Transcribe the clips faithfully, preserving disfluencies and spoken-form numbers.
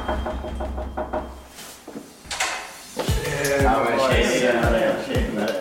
Ja, men tjenare, tjenare.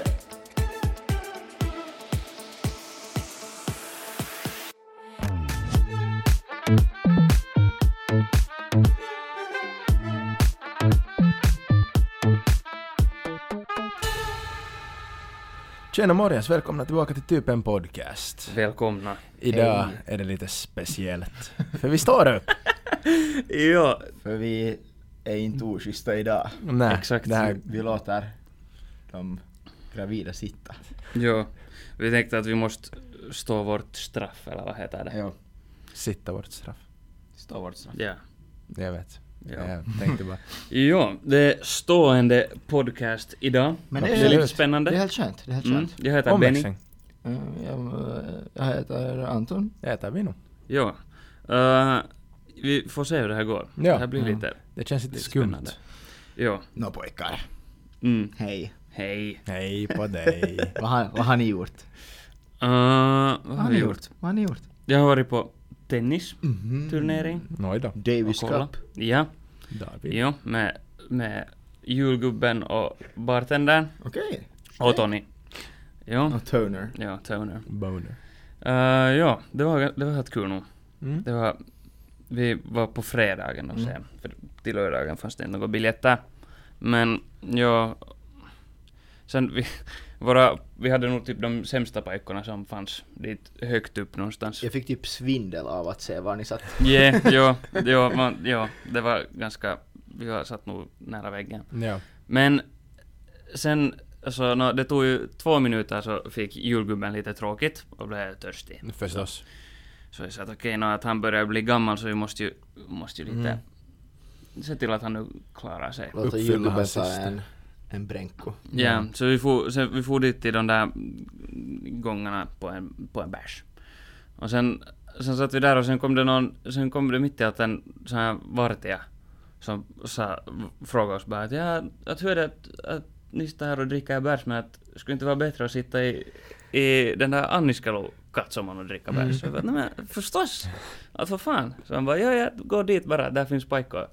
Tjena morgens, välkomna tillbaka till typ en podcast. Välkomna. Idag Hej. är det lite speciellt, för vi står upp. Ja, För vi är inte oschyssta idag. Nej, Exakt. det här, Vi, vi låter de gravida sitta. ja. Vi tänkte att vi måste stå vårt straff, eller vad heter det? Ja, sitta vårt straff. stå vårt straff. Ja. Jag vet. Ja. Jag tänkte bara. Ja, det är stående podcast idag. Men det det är är lite absolut. spännande. Det är helt skönt, det är helt Mm. skönt. Jag heter Benny. Omväxling. Mm, jag, jag heter Anton. Jag heter Vino. Ja. Uh, vi får se hur det här går. Ja. Det här blir Mm. lite, Det känns lite lite skumt. spännande. Ja. Nå pojkar, Mm. hej. Hej. Hej på dig. Vad har, vad har ni gjort? Uh, vad Vad har vi gjort? Vad har ni gjort? Jag har varit på tennisturnering. Noj då. Davis och kolla. Cup. Ja. David. Jo, med, med julgubben och bartendern. Okej. Och Tony. Jo. Och Toner. Ja, Toner. Boner. Uh, ja, det var, det var helt kul nog. Mm. Det var, vi var på fredagen och Mm. sen, för till lördagen fanns det några biljetter. Men ja, sen vi, våra, vi hade nog typ de sämsta pojkarna som fanns dit högt upp någonstans. Jag fick typ svindel av att se var ni satt. Yeah, ja, ja, man, ja, det var ganska, vi var satt nog nära väggen. Ja. Men sen, alltså, no, det tog ju två minuter så fick julgubben lite tråkigt och blev törstig. Förstås. Så jag sa att okej, okay, no, att han börjar bli gammal så vi måste ju, måste ju lite Mm. se till att han nu klarar sig. Låt Uppfylla julgubben hans ta syster. en, en bränko. Ja, så vi får, så vi får dit till de där gångarna på en, på en bärs. Och sen, sen satt vi där och sen kom det någon, sen kom det mitt i att en sån här vartija som sa, frågade oss bara att ja, att hur är det att, att ni står här och dricker bärs, men att skulle inte vara bättre att sitta i, i den där Anniskalo-katsoman och dricka bärs? Mm. Så jag bara, nej men förstås, att vad fan. Så han bara, ja, ja, gå dit bara, där finns pajkor.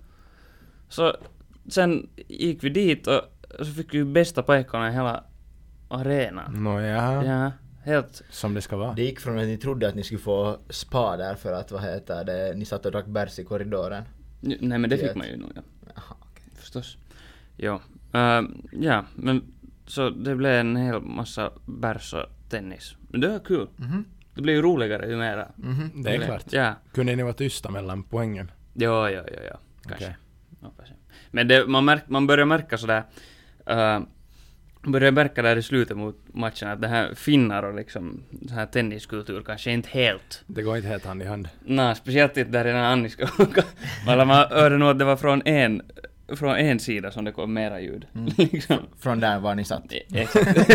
Så sen gick vi dit och så fick vi bästa pajkorna i hela arenan. Nåja, Ja, helt, som det ska vara. Det gick från att ni trodde att ni skulle få spa där för att, vad heter det, ni satt och drack bärs i korridoren. nej men det fick Vet. man ju nog, ja. Jaha, okej. Förstås. Jo. Uh, ja, men så det blev en hel massa bärs och tennis. Men det var kul. Mhm. Det blev ju roligare ju mera. Mhm. Det är blev. klart. Ja. Kunde ni vara tysta mellan poängen? Ja, ja, ja, ja. Kanske. Okej. Hoppas jag. Men det, man, märk, man börjar märka sådär, uh, börjar märka där i slutet mot matchen att det här finnar och liksom så här tenniskultur kanske inte helt. Det går inte helt hand i hand. Nej, speciellt inte där i den här Anniska. Eller man hörde nog att det var från en, från en sida som det kom mera ljud. Mm. liksom. Från där var ni satt. Exakt.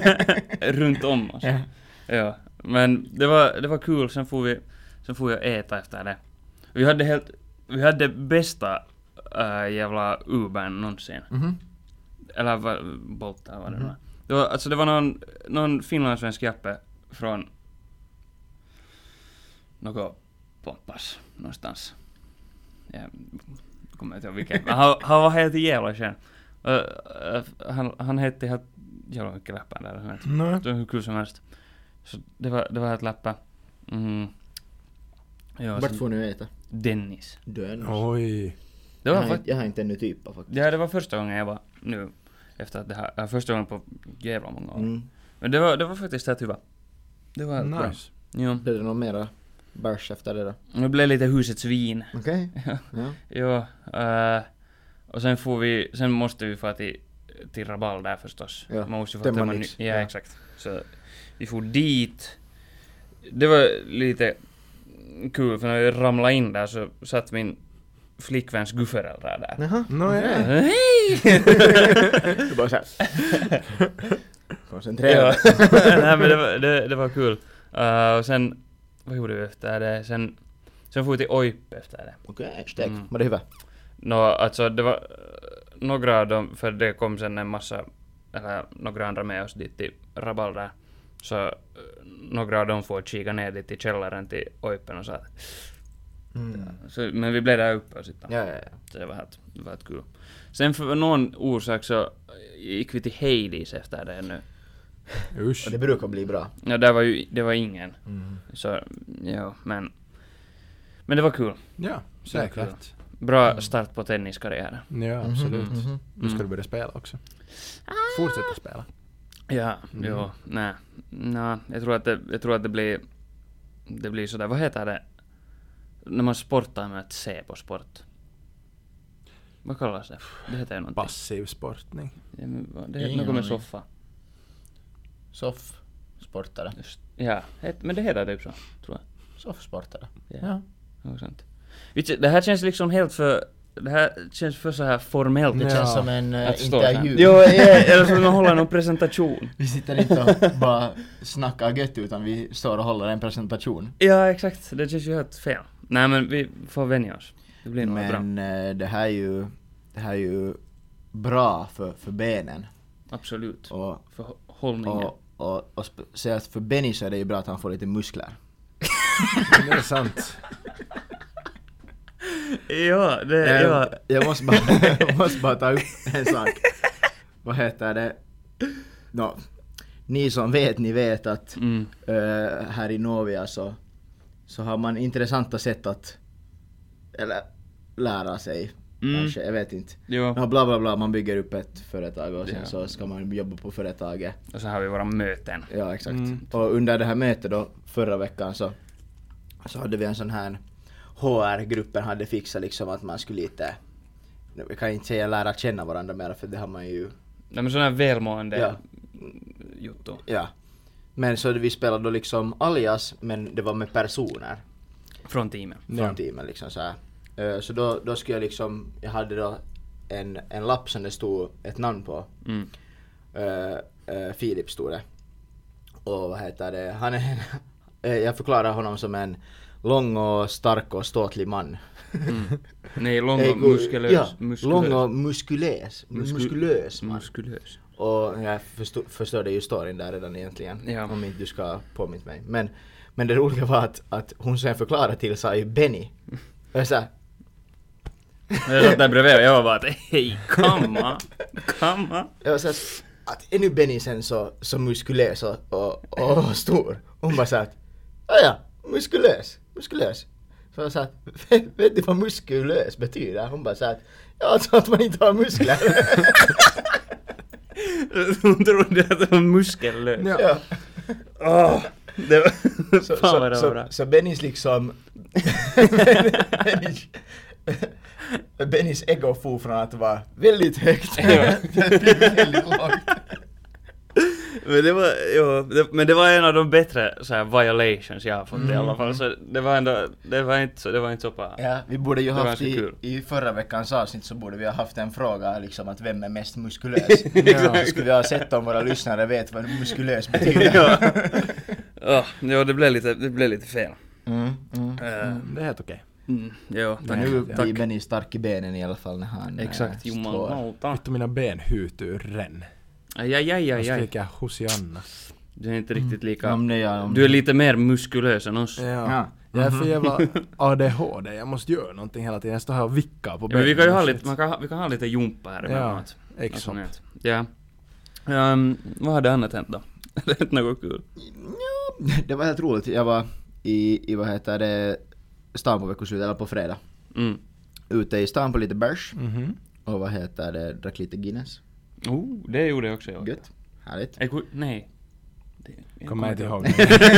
Runt om oss. Ja. Ja. Men det var, det var kul, sen får vi sen får jag äta efter det. Vi hade helt, vi hade bästa äh, jävla Ubern någonsin. Mhm. Eller vad, Bolt eller vad det Mhm. var. Det var. Alltså det var någon, någon finlandssvensk jappe från något Pompas någonstans. Jag kommer inte ihåg vilken. Men han, han var helt jävla skön. Uh, uh, han, han hette helt jävla mycket läppar där. Så vet. Nå, Det var hur kul som helst. Så det var, det var helt läppar. Mm. Ja, Vart sen får ni äta? Dennis. Dön. oj. Det jag, var har fakt- inte, jag har inte ännu typa faktiskt. ja, det var första gången jag var nu. Efter att det här, äh, första gången på jävla många år. Mm. Men det var, det var faktiskt helt hyvä. Det var helt bra. Nice. Jo. Blev det någon mera bärs efter det då? Det blev lite husets vin. Okej. Ja. Ja. Jo. Uh, och sen får vi, sen måste vi få till, till Rabal där förstås. Ja, Man måste ju få Temma temma Nix. ny- ja, Ja. exakt. Så vi får dit. Det var lite kul för när vi ramlade in där så satt min flickväns gudföräldrar där. Jaha. Nåja. Hej! Du bara såhär. Koncentrera Ja. dig. Nej men det var, det, det var kul. Uh, och sen, vad gjorde vi efter det? Sen, sen får vi till Oip efter det. Okej, steg. Mm. Var det hyvä? Nå, alltså det var uh, några av dem, för det kom sen en massa, eller några andra med oss dit till Rabal där. Så uh, några av dem får kika ner dit i källaren till Oipen och sa att Mm. Så, men vi blev där uppe och sitta. Ja, ja, ja. Så det var helt, det var helt kul. Sen för någon orsak så gick vi till Hades efter det nu. Usch. Och det brukar bli bra. Ja, där var ju, det var ingen. Mm. Så, ja, men... Men det var kul. Ja, säkert. Bra start på tenniskarriären. Ja, absolut. Mhm, mhm. Nu ska du börja spela också. Fortsätta spela. Ja, Mm. jo, nej. Nej, jag tror att det, jag tror att det blir... Det blir sådär, vad heter det? När man sportar med ett C på sport. Vad kallas det? Det heter ju någonting. Passiv sportning. Ja, men vad- det heter Ingen något med aning. soffa. Soffsportare. Just, ja, het, men det heter det också, tror jag. Soffsportare. Ja. Ja. Något sånt. Vet du, det här känns liksom helt för... Det här känns för så här formellt. Det Ja. känns som en uh, Att stå så här. intervju. Jo, eller som att hålla någon presentation. Vi sitter inte och bara snackar gött utan vi står och håller en presentation. Ja, exakt. Det känns ju helt fel. Nej, men vi får vänja oss. Det blir nog bra. Men eh, det här är ju det här är ju bra för, för benen. Absolut. Och, För hå- hållningen. och, och, och spe- säga att för Benny så är det ju bra att han får lite muskler. Det är sant. Ja, det... Eh, Ja. Jag måste bara, jag måste bara ta upp en sak. Vad heter det? Nå, ni som vet, ni vet att Mm. eh, här i Novia så, så har man intressanta sätt att eller lära sig. Mm. Kanske, jag vet inte. Jo. Ja, bla bla bla, man bygger upp ett företag och sen Ja. så ska man jobba på företaget. Och så har vi våra möten. Ja, exakt. Mm. Och under det här mötet då, förra veckan så, så hade vi en sån här H R-gruppen hade fixat liksom att man skulle lite, vi kan inte säga lära känna varandra mer för det har man ju, Nej, men sån här välmående Ja. juttu. ja. Men så vi spelade då liksom alias, men det var med personer Från teamet. från Ja. teamet liksom så här. Eh, Så då, då skulle jag liksom, jag hade då en, en lapp som det stod ett namn på. Mm. Uh, uh, Filip stod det. Och vad heter det? Han är en, eh, jag förklarar honom som en lång och stark och ståtlig man. Mm. Nej, lång Eh, och muskulös. Ja, muskulös. lång och muskulös. Musku- muskulös man. Muskulös. Och jag förstå, förstörde ju storyn där redan egentligen. Ja. Om inte du ska påminna mig. Men, men det roliga var att, att hon sen förklarade till sa ju Benny. Och jag sa, Jag satt där bredvid och jag var bara att hej, kamma, kamma. jag var så här, att är nu Benny sen så, så muskulös och, och, och stor? Hon bara sa att, ja ja, muskulös, muskulös. Så jag sa att, vet, vet du vad muskulös betyder? Hon bara sa att, ja alltså att man inte har muskler. Hon trodde att det var muskellös. Ja. Ja. Åh, det var... Så, Fan vad det så, var bra. så, så Bennys liksom Bennys, Bennys ego for från att vara väldigt högt till väldigt lågt. Men det var, ja, det, men det var en av de bättre så här violations jag har fått i alla fall. Så det var ändå, det var inte så, det var inte så bra. Ja, vi borde ju Det var haft ganska i, kul. i förra veckans avsnitt så borde vi ha haft en fråga liksom att vem är mest muskulös. Ja. Så skulle vi ha sett om våra lyssnare vet vad muskulös betyder. ja. Ja, ja, det blev lite, det blev lite fel. Mm, mm. Uh, Det är helt okej. mm, ja, Men tack. nu tack. blir Benny stark i benen i alla fall när han Exakt, äh, står. jumalauta. Vittu mina ben hyytyy ren. Aj, aj, aj, Jag aj, aj. skriker Hosianna. Du är inte riktigt lika... Om det är, om Du är lite mer muskulös än oss. Ja. Ja. Jag är för jävla A D H D. Jag måste göra någonting hela tiden. Jag står här och vickar på Ja, men vi kan ju ha och lite, shit. man kan, ha- vi kan ha lite jumpa här Ja, emellanåt. exakt. Alltså, ja. Um, vad hade annat hänt då? Det är något kul. Ja, det var helt roligt. Jag var i, i vad heter det, stan på veckoslutet, eller på fredag. Mm. Ute i stan på lite bärs. Mhm. Och vad heter det, drack lite Guinness. Oh, det gjorde jag också. Jag. Gött. Härligt. Jag, ku- nej. Det, jag Kommer inte ihåg.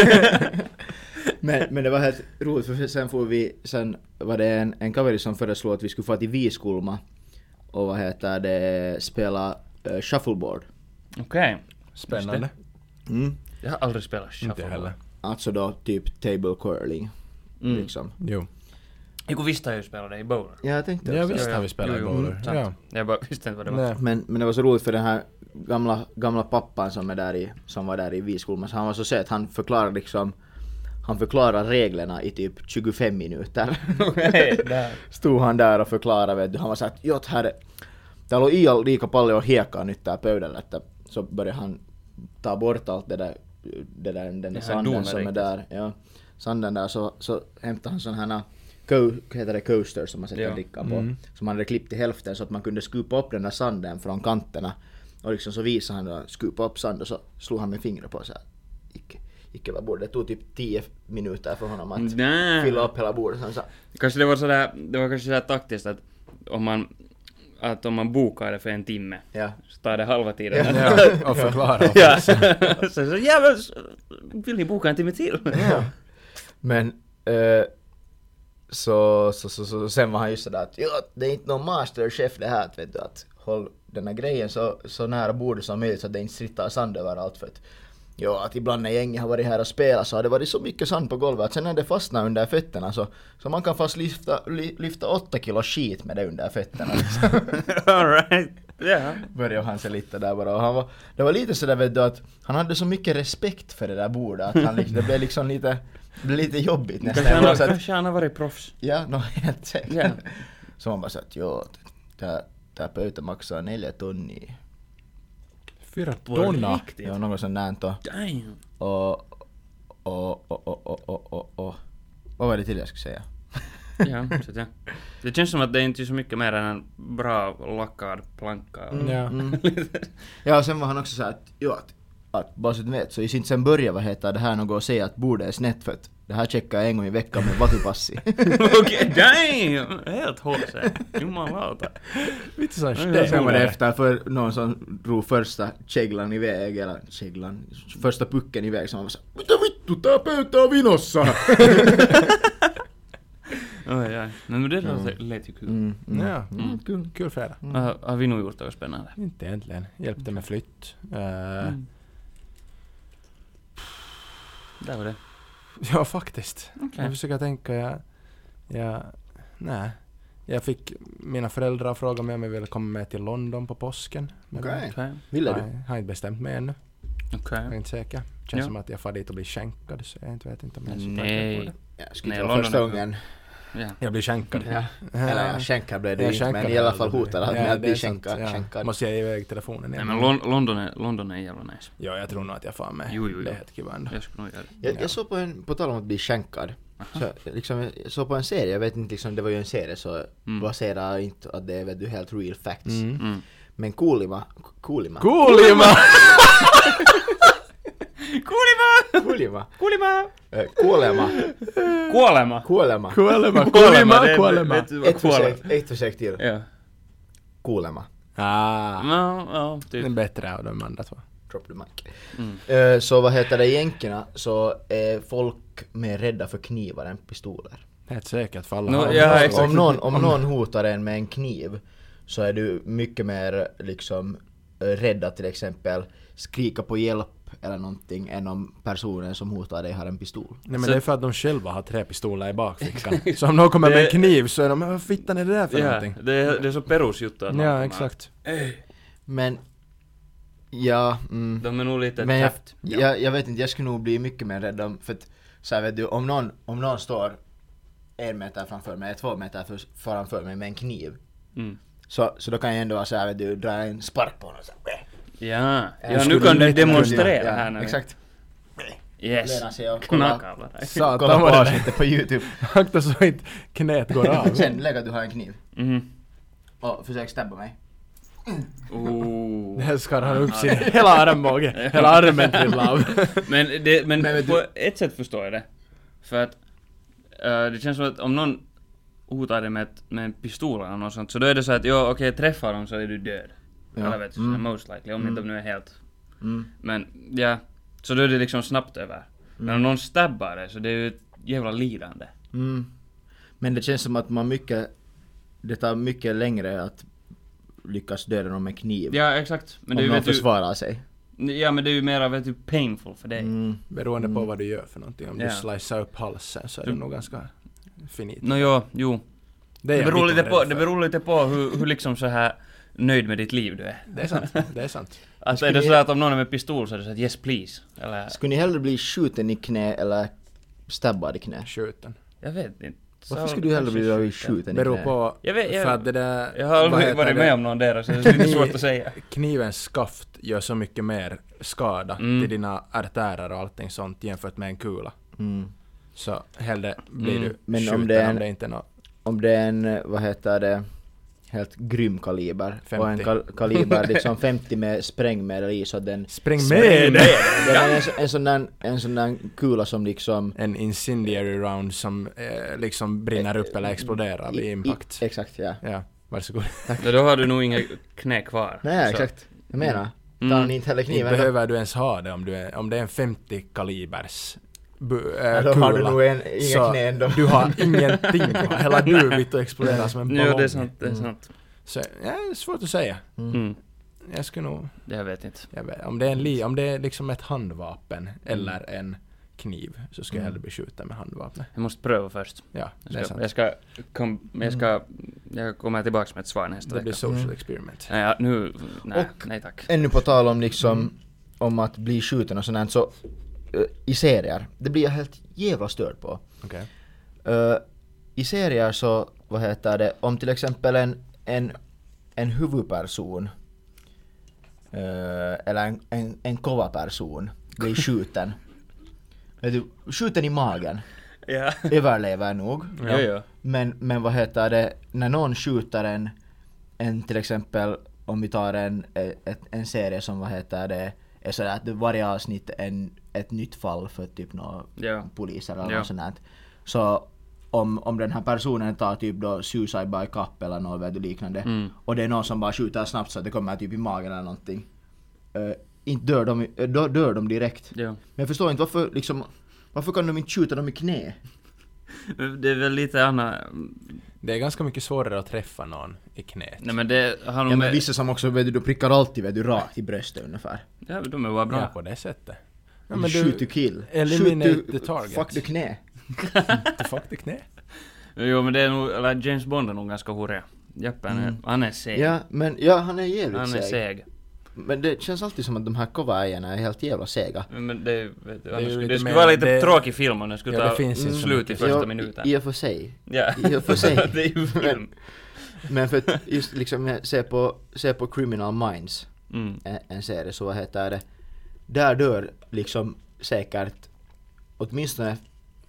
men, men det var helt roligt för sen får vi, sen var det en, en kaveri som föreslog att vi skulle få till Viskulma och vad heter det, spela uh, shuffleboard. Okej. Spännande. Mm. Jag har aldrig spelat Inte shuffleboard. heller. Alltså då typ table curling. Mm. Liksom. Jo. Jag visste ju spela det i bowler. Ja, jag tänkte Ja, också. visst Ja, har ja. vi spelat Jo, jo, bowler. sant. Ja. Jag bara visste inte vad det var. Nej. Men, men det var så roligt för den här gamla, gamla pappan som, är där i, som var där i Viskulma, så han var så söt, han förklarade liksom, han förklarade reglerna i typ tjugofem minuter. Okej, där. Stod han där och förklarade, vet du, han var såhär att jot här, täällä on iall lika paljon hiekkaa nyt tää pöydällä, että så började han ta bort allt det där, det där den där Det här sanden som är doneriket. där, ja, sanden där, så, så hämtade han sån här co- vad heter det, coaster som man sätter Ja. drickan på. Mm. Som man hade klippt i hälften så att man kunde skupa upp den där sanden från kanterna. Och liksom så visade han då, skupa upp sand och så slog han med fingret på så här. Gick, gick över bordet. Det tog typ tio minuter för honom att Nä. fylla upp hela bordet. Så, så. Kanske det var sådär, det var kanske sådär taktiskt att om man, att om man bokar det för en timme, Ja. så tar det halva tiden. Ja. Ja, och förklara. Ja. så, så jävlar, vill ni boka en timme till? Ja. Men eh, så, så, så, så sen var han just sådär att ja, det är inte någon masterchef det här, vet du, att håll den här grejen så, så nära bordet som möjligt så att det inte strittar sand överallt, för att ja, att ibland när gänget har varit här och spelat så har det varit så mycket sand på golvet att sen när det fastnar under fötterna så, så man kan fast lyfta, ly, lyfta åtta kilo skit med det under fötterna. Liksom. All right. Ja. Började han sig lite där bara och han var, det var lite sådär vet du att han hade så mycket respekt för det där bordet att han liksom, det blev liksom lite, det blev lite jobbigt nästan. Kanske han, Det var har, så att, kanske han har varit proffs. ja, no, helt säkert. Ja. Så man bara så att jo, tää, tää pöytä maksaa neljä tonnia. Fyra På tonna. riktigt? Ja, något sånt där då. Damn. Och, och, och, och, och, och, och, och. Vad var det till jag skulle säga? Ja, så att ja. Det känns som att det inte är så mycket mer än en bra lackad planka. Mm, Ja. mm. Ja, och sen var han också så här att, jo, att, att bara så att du vet, så i sin sen börjar vad heter det här något att säga att bordet är snett för att det här checkar jag en gång i veckan med vatupassi. Okej, damn! Helt H C. Jumalauta. Lite sån Ja, sten. Sen var det efter för någon som drog första käglan iväg, eller käglan, första pucken iväg, så man var så mitä vittu, tää pöytä on vinossa! Oj, oj. Men det låter lät ju kul. Mm, mm. Ja, Mm, kul. kul fredag. Har, har vi nog gjort något spännande? Inte egentligen. Hjälpte med flytt. Uh, Mm. Där var det. Ja, faktiskt. Okej. Jag försöker tänka, jag, jag, nej. Jag fick mina föräldrar fråga mig om jag ville komma med till London på påsken. Men Okej. Okej. Ville jag du? har inte bestämt mig ännu. Okej. Jag är inte säker. Känns Ja. som att jag får dit och blir skänkad, så jag inte vet inte om jag är så taggad på Nej. det. Jag skulle Nej, inte vara London första är- gången. Ja. Jag blir skänkad. Ja. Eller ja, skänka blev det Jag inte, skänkar men i mig alla fall aldrig. hotade han Ja, med att det bli är sant, skänka, ja. skänkad. Måste jag ge iväg telefonen Nej igen? men Lon- London är, London är jävla nice. Ja, jag tror nog att jag får med. Jo, jo, jo. Det är helt kiva ändå. Jag skulle nog göra det. Jag, Ja. jag såg på en, på tal om att bli skänkad, så liksom, jag såg på en serie, jag vet inte liksom, det var ju en serie så Mm. baserar inte att det är vet du, helt real facts. Mm. Mm. Men Kuulima, Kuulima, Kuulima! Kuolema! Kuulima, Kuolema! äh, Kuolema, Kuolema! Kuolema. Kuolema! Kuolema, Kuolema! det- Kuolema! vet du vad Ett kuolema? försök, ett försök till. Ja. Kuulema, Ah, Ja, ja, typ. den bättre av de andra två. drop the mic. Mm. Eh, så vad heter det i jänkerna så är folk mer rädda för knivar än pistoler. Helt säkert för alla No, har ja, en exakt. Om någon, om någon hotar en med en kniv så är du mycket mer liksom eh, rädd att till exempel skrika på hjälp eller någonting än om personen som hotar dig har en pistol. Nej men Så- det är för att de själva har tre pistoler i bakfickan. Så om någon kommer med en Det- kniv så är de, vad fittan är det där för Ja, någonting? det är, det är så Perus juttu att någon Ja, kommer. exakt. Men ja, mm, De är nog lite men jag, täppt. jag, jag vet inte, jag skulle nog bli mycket mer rädd om, för att så här, vet du, om någon, om någon står en meter framför mig, två meter för, framför mig med en kniv, Mm. så, så då kan jag ändå vara så här, vet du, dra en spark på honom så här, Ja, Jag ja nu skulle kan du lätt- demonstrera ja, här nu. Exakt. Yes. Lena sig och kolla, Knacka på dig. Satan kolla på vad det avsnittet på YouTube. akta så inte knät går av. Sen lägg att du har en kniv Mhm. och försök stabba mig. Oh. Det här skar han upp sin hela armbåge. Hela armen trillade av. Men, det, men, Men vet på ett sätt förstår jag det. För att eh, det känns som att om någon hotar dig med, ett, med en pistol eller något sånt, så då är det så att ja, okej, träffar dem så är du död. Ja. Eller vet du, Mm. mm. most likely, om inte de nu är helt. Mm. Men ja, så då är det liksom snabbt över. Men om någon stabbar dig så det är ju ett jävla lidande. Mm. Men det känns som att man mycket, det tar mycket längre att lyckas döda någon med kniv. Ja, exakt. Men om det är ju, någon vet du, försvarar sig. ja, men det är ju mer vet du, painful för dig. Mm. Beroende på vad du gör för någonting. Om Ja. du slicear upp halsen så är det Du- nog ganska finit. Nå jo, jo. Det, är Det jag beror, lite lite på, rädd det för. beror lite på hur, hur liksom så här nöjd med ditt liv du är. Det är sant. Det är sant. Alltså skulle är det ni- så att om någon är med pistol så är det så att yes please. Eller, Skulle ni hellre bli skjuten i knä eller stabbad i knä? Skjuten. jag vet inte. Varför Så- skulle du hellre kanske bli skjuten. skjuten i Beror knä? på, Jag vet- jag- för att det där... Jag har vad aldrig heter varit det? med om någon där så det är lite svårt att säga. Knivens skaft gör så mycket mer skada Mm. till dina artärer och allting sånt jämfört med en kula. Mm. så hellre blir Mm. du Men om skjuten om det det, är en- inte är något. Om det är en, vad heter det, helt grym kaliber och en femtio. kal- kaliber liksom femtio med sprängmedel i så att den Spräng Spräng med! med. det är en, så- en sån där, en sån där kula som liksom En incendiary round som eh, liksom brinner upp eller exploderar vid i- impact. i, exakt, ja. Ja, varsågod. Ja, då har du nog inga knä kvar. Nej, Så. exakt. Jag menar, Mm. tar ni inte heller Inte kniven då? behöver du ens ha det om, du är, om det är en femtio kalibers bu- äh, Ja, då har du kula. nog en, inga Så knän då. du har ingenting. Hela du vitt och exploderar som en ballong. Ja, det är sant, det är Mm. sant. Så, ja, det är svårt att säga. Mm. Mm. Jag skulle nog... Jag vet inte. Jag vet, om, det är en li, om det är liksom ett handvapen eller en kniv så ska jag Mm. hellre bli skjuten med handvapnet. Jag måste pröva först. Ja, Jag det är ska, sant. jag ska, kom, jag ska, jag kommer tillbaka med ett svar nästa Det blir vecka. social Mm. experiment. Nej, ja, nu, nej, Och- nej tack. Ännu på tal om liksom Mm. om att bli skjuten och sånt här, så uh, i serier, det blir jag helt jävla störd på. Okej. Uh, I serier så, vad heter det, om till exempel en, en, en huvudperson uh, eller en, en, en kova-person blir skjuten. Vet du, skjuten i magen, Ja. överlever nog. Ja, ja. Men, men vad heter det, när någon skjuter en, en till exempel, om vi tar en, ett, en serie som vad heter det, är sådär att det varje avsnitt är en, ett nytt fall för typ några Ja. poliser eller Ja. något sånt här. Så om, om den här personen tar typ då suicide by cop eller något vet du, liknande Mm. och det är någon som bara skjuter snabbt så att det kommer typ i magen eller någonting. Uh, inte dör de, i- äh, dör, dör de direkt. Ja. Men jag förstår inte varför liksom, varför kan de inte skjuta dem i knä? Det är väl lite annat. Det är ganska mycket svårare att träffa någon i knät. Nej men det har nog Ja men med... vissa som också vet du, de prickar alltid vet du, rakt i bröstet ungefär. Ja, de är bara bra. Ja, på det sättet. Ja, Ja, men shoot du, to kill. eliminate Shoot to- the target. Fuck the knä. du fuck the knä. Jo men det är nog, eller James Bond är nog ganska horig. Jeppe, han är, Mm. han är seg. Ja men ja han är jävligt han är seg. seg. Men det känns alltid som att de här cover-ägarna är helt jävla sega. Men det, vet du, är annars ju skulle, lite det skulle mer- vara lite det- tråkig film om det skulle Ja, ta det finns inte så slut i mycket. första Ja, minuten. I, I och för sig. Ja. I och för sig. Det är ju film. Men för att just liksom se på, se på Criminal Minds, Mm. en, en serie, så vad heter det, där dör liksom säkert åtminstone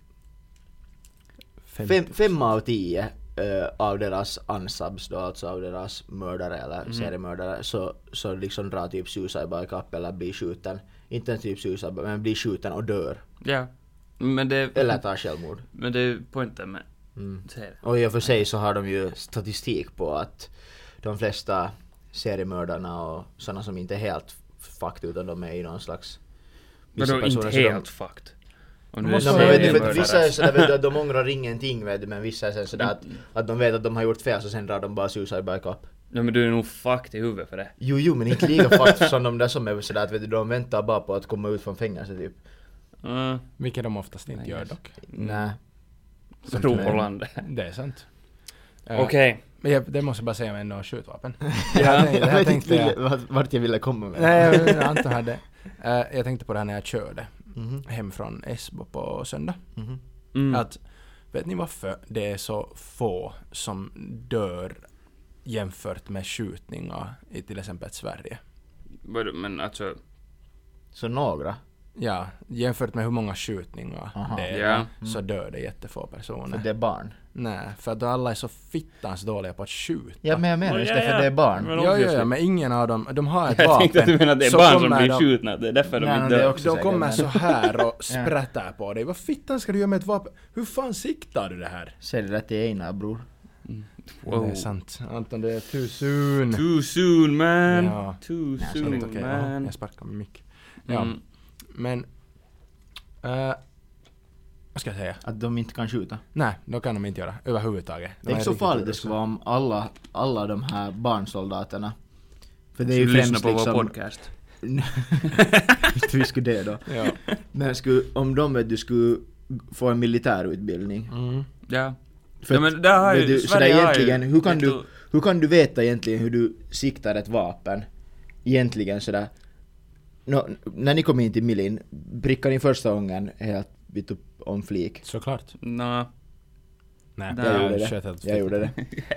fem, fem av tio uh, av deras unsubs då, alltså av deras mördare eller Mhm. seriemördare, så, så liksom drar typ suicide by cop eller blir skjuten, inte ens typ suicide by, men blir skjuten och dör. Ja. Men det, Eller tar självmord. men det är ju poängen med Mm. serien. Och i och för sig så har de ju statistik på att de flesta seriemördarna och sådana som inte är helt fucked utan de är i någon slags... Men de är inte så de- helt fucked. Om De du är måste Ja, Så men vet du, seriemördare. vet, du, vissa är sådär vet du, att de ångrar ingenting vet du, men vissa är sen sådär att, att de vet att de har gjort fel så sen drar de bara suicide by cop. Ja men du är nog fucked i huvudet för det. Jo, jo, men inte lika fucked som de där som är sådär att vet du, de väntar bara på att komma ut från fängelse typ. Mm. Vilket de oftast inte Nej, gör yes. dock. Nej. Tro på Men- landet. Det är sant. Eh, Okej. Men jag, det måste jag bara säga med ändå skjutvapen. Ja, det här, det Jag här vet inte tänkte jag... ville- vart, vart jag ville komma med. Nej, jag Anton hade. Eh, jag tänkte på det här när jag körde Mhm, hem från Esbo på söndag. mhm. Mm. Att, vet ni varför det är så få som dör jämfört med skjutningar i till exempel Sverige? Vadå, men alltså... Så några. Ja, jämfört med hur många skjutningar Aha. det är, Ja. så dör det jättefå personer. För det är barn. Nej, för att alla är så fittans dåliga på att skjuta. Ja men jag menar just Ja, det för ja. det är barn. Men Ja, ja, obviously. ja, men ingen av dem, de har ett Jag vapen. tänkte att du menar att det är så barn som kommer blir de- skjutna, det är därför Nej, de no, inte det är dör. också De säkert, kommer men- så här och sprättar på dig. Vad fittan ska du göra med ett vapen? Hur fan siktar du det här? Sälj det till Einar bror. Wow. Det är sant. Anton, det är too soon. Too soon man! Ja. Too Nej, så är soon det Okej, man! ja, jag sparkar med mick. Ja, Mm. men... eh, vad ska jag säga? Att de inte kan skjuta. Nej, då kan de inte göra överhuvudtaget. De Det är inte så riktigt farligt det urusla. skulle vara om alla, alla de här barnsoldaterna. För det är ju Skulle lyssna främst på liksom... vår podcast. Inte vi skulle det då. Ja. Men skulle, om de vet du skulle få en militärutbildning. Mm. Ja. För Ja, men där har vet ju- du, Sverige sådär har ju egentligen, hur kan, ett du, o- hur kan du veta egentligen hur du siktar ett vapen? Egentligen sådär. Nå, när ni kom in till Milin, prickar ni första gången helt vitt upp om flik? Såklart. Nå. Nej, Jag Jag gjorde sköt det. helt Jag gjorde det.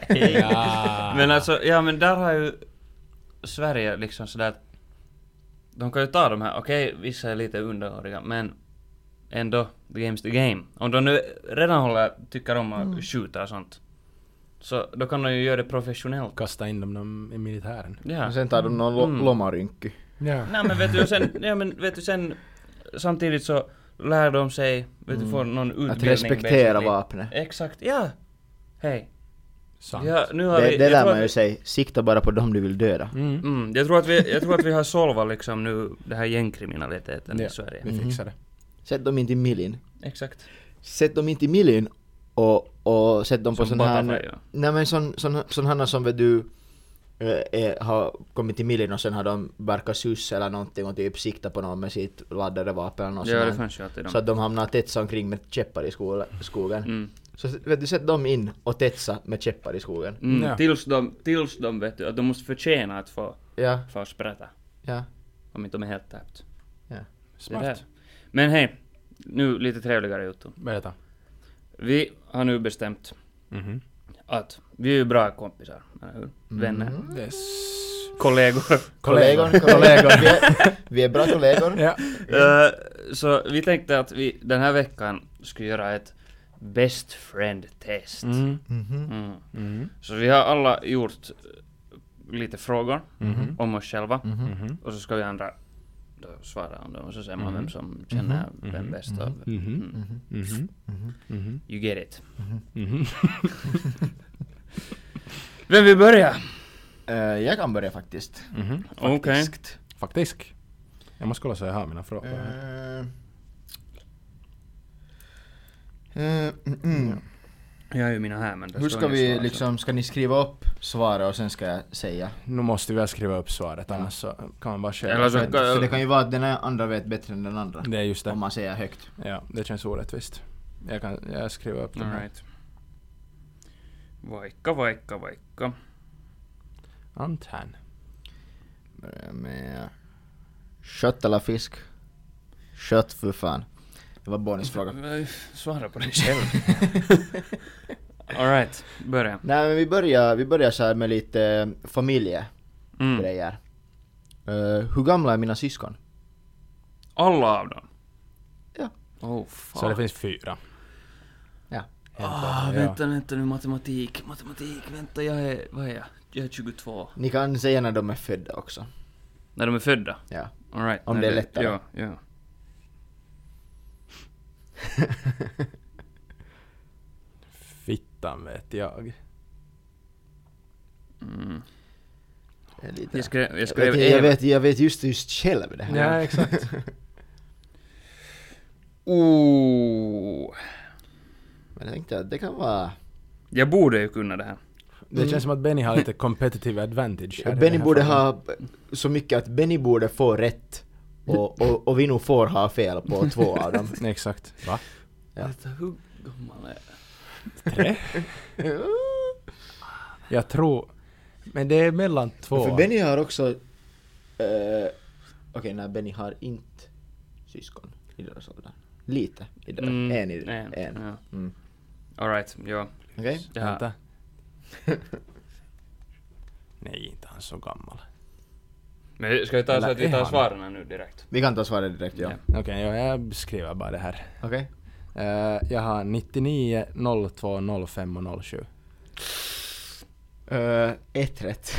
Ja. Men alltså, ja men där har ju Sverige liksom sådär att de kan ju ta de här, okej vissa är lite underåriga men ändå the game's the game. Om de nu redan håller, tycker om att mm. skjuta och sånt, så då kan de ju göra det professionellt. Kasta in dem, dem i militären. Ja. Och sen tar de någon mm. lomarynky. Ja. Nej men vet du, sen, ja, men vet du sen samtidigt så lär de sig, vet du, får någon utbildning. Att respektera basically. Vapnet. Exakt, ja. Hej. Sant. Ja, nu har det vi, det lär man ju vi, säga, sikta bara på dem du vill döda. Mm. Mm, jag, tror att vi, jag tror att vi har solvat liksom nu det här gängkriminaliteten ja, i Sverige. Vi fixar det. Sätt dem inte i millin. Exakt. Sätt dem inte i millin och, och sätt dem på som sån här... Butterfly, ja. Nej men sån, sån, sån här som vet du äh, har kommit till millin och sen har de verkat sus eller någonting och typ sikta på någon med sitt laddade vapen och ja, det fanns ju alltid så att de hamnar tätt omkring med käppar i sko- skogen. Mm. Så vet du, sätt dem in och tätsa med käppar i skogen. Mm. Ja. Tills, de, tills de vet du att de måste förtjäna att få, Ja, få sprätta. ja, Om inte de är helt täppt. ja. Smart. Men hej, nu lite trevligare Jotto. Berätta. Vi har nu bestämt Mhm. att vi är ju bra kompisar, eller hur? Vänner. Mm. Yes. Kollegor. Kollegor, kollegor. Vi är, vi är bra kollegor. Ja. Uh, så vi tänkte att vi den här veckan skulle göra ett best friend test. Mm. Mhm. Mm. Mhm. Så vi har alla gjort lite frågor Mhm. om oss själva. Mhm. Mm-hmm. Och så ska vi andra då svara om dem och så ser man Mhm. vem som känner Mhm. vem bäst Mhm. av. Mhm. Mm. Mhm. Mhm. Mhm. You get it. Mhm. Vem vill börja? Eh, jag kan börja faktiskt. Mhm. Okej. Faktiskt. Faktiskt. Jag måste kolla så jag har mina frågor här. Eh, eh, mm, mm. Jag har ju mina här men det Hur står ska inget vi svar, så- liksom, ska ni skriva upp svaret och sen ska jag säga? Nu måste vi väl skriva upp svaret, Ja. annars så kan man bara köra. Eller så- För, för det kan ju vara att den här andra vet bättre än den andra. Det är just det. Om man säger högt. Ja, det känns orättvist. Jag kan jag skriver upp den All här. right. Vaikka, vaikka, vaikka. Antan. Börja med kött eller fisk? Kött för fan. Det var bonusfråga. Svara på dig själv. All right, börja. Nej men vi börjar, vi börjar så här med lite familjegrejer. Mm. Eh, hur gamla är mina syskon? Alla av dem? Ja. Oh, fan. Så det finns fyra. Ja. Ah, Ja. vänta, vänta nu, matematik, matematik, vänta, jag är, vad är jag? Jag är tjugotvå. Ni kan säga när de är födda också. När de är födda? Ja. All right. Om Nej, det är lättare. Ja, ja. Fittan vet jag. Mm. Det är lite... Jag skrev, jag jag, skrev vet, jag, Eva. vet, jag vet just just själv det här. Ja, exakt. Oh. Men jag tänkte att det kan vara... Jag borde ju kunna det här. Det känns som att Benny har lite competitive advantage här i Benny den här borde frågan. ha så mycket att Benny borde få rätt och, och, och vi nog får ha fel på två av dem. Exakt. Va? Ja. Vänta, hur gammal är jag? Tre? Jag tror... Men det är mellan två. För Benny har också... Uh, Okej, okay, nej Benny har inte syskon i deras ålder. Lite i deras. Mm, en i en, en. en. ja. Mm. All right, ja. Okej? Ja. Vänta. Nej, inte han så gammal. Men ska vi ta så Eller att vi är tar han? svaren nu direkt? Vi kan ta svaret direkt, ja. Ja. Okej, ja, jag skriver bara det här. Okej? Eh, jag har nittionio, noll två, noll fem och noll sju. Uh, ett rätt.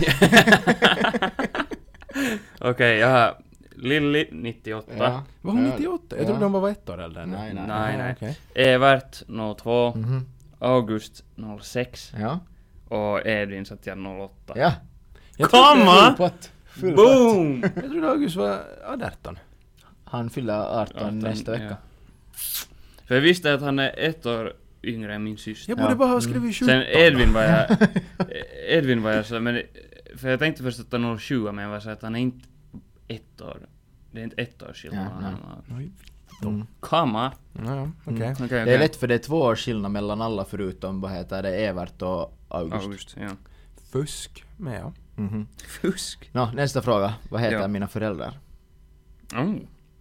Okej, jag har Lilly nittioåtta. Ja. Var hon Ja. nittioåtta? Jag Ja. trodde de bara var ett år äldre än det. Nej, nej. Nej, Ah, nej. okej. Evert noll två. Mhm. August noll sex. Ja. Och Edvin satt jag noll åtta. Ja. Jag Kom, trodde- va? Full pott. Full pott. Boom! Jag trodde August var arton. Han fyller arton, arton, nästa vecka. ja. För jag visste att han är ett år yngre än min syster. Jag borde Ja. bara ha skrivit sjutton. Sen Edvin var jag... Edvin var jag så, men... För jag tänkte först att han noll sju, men jag var så att han är inte ett år. Det är inte ett års skillnad. Ja, Han nej. var- Oj. Mm. Come on. Ja, okej. Mm. Okej, Det är okej. lätt för det är två års skillnad mellan alla förutom vad heter det, Evert och August. August, ja. Fusk. Men ja. Mhm. Fusk. Nå, nästa fråga. Vad heter Ja. mina föräldrar? Oh.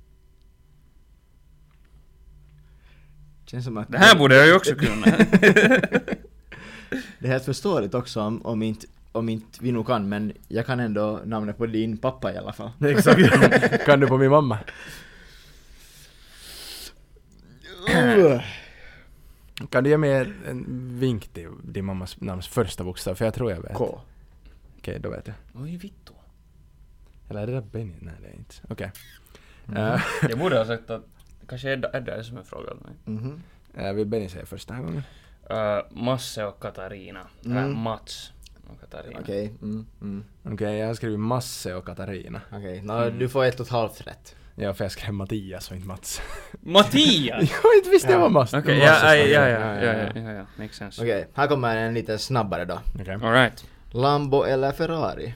Känns som att Det här borde jag ju också kunna. Det är helt förståeligt också om, om inte om inte vi nog kan, men jag kan ändå namnet på din pappa i alla fall. Exakt. Kan du på min mamma? Kan du ge mig en vink till din mammas namns första bokstav? För jag tror jag vet. K. Okej, då vet jag. Oj, vittu. Eller är det där Benny? Nej, det är inte. Okej. Mm. Eh, Jag borde ha sagt att kanske Edda, Edda är som en fråga åt mig. Mhm. eh, vill Benny säga första här gången? Uh, Masse och Katarina. Mm. Eller Mats och Katarina. Okej. Mm. Mm. Okej, jag har skrivit Masse och Katarina. Okej. Nå, Mm. du får ett och ett halvt rätt. Ja, för jag skrev Mattias och inte Mats. Mattias! jag inte visste Ja. jag var Mats. Okej, Mats ja, och ja, ja, Katarina. ja, ja, ja, ja, makes sense. Okej, här kommer en lite snabbare då. Okej. All right. Lambo eller Ferrari?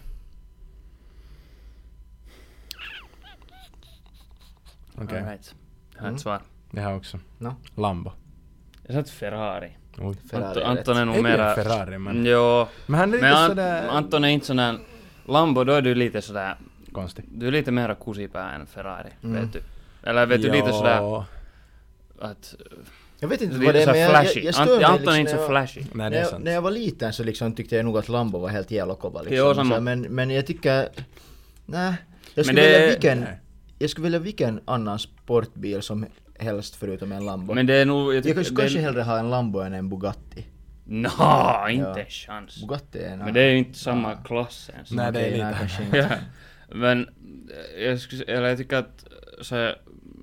Okej, All right. Jag har Mm. ett svar. det här också. No. Lambo. Jag satt Ferrari. Oj. Ferrari Anton, är Anton är nog Är det mera... Ferrari, men... Jo. Men han är lite Men An- sådär... Anton är inte sån där... Lambo, då är du lite sådär... Konstig. Du är lite mera kusipää än Ferrari, Mm. vet du. Eller vet du lite sådär Ja. att... Jag vet inte Lite vad det är, så men jag, flashy. jag, jag stör Ant- mig Anton liksom är inte när så jag- flashy. Nej, När det är jag, sant. när jag var liten så liksom tyckte jag nog att Lambo var helt jävla kova liksom. Jo, samma. Så, men, men jag tycker... Nej. Jag skulle det- vilja vilken... Nej. Jag skulle vilja vilken annan sportbil som helst förutom en Lambo. Men det är nog... Jag jag tycker, kanske, det kanske är, hellre ha en Lambo än en Bugatti. Nå, inte Ja. en chans. Bugatti är en... Men det är ju inte samma Ja. klass ens. Nej, det är Okej, lite- nej, kanske inte. Ja. Men jag, skulle, eller jag tycker att så här,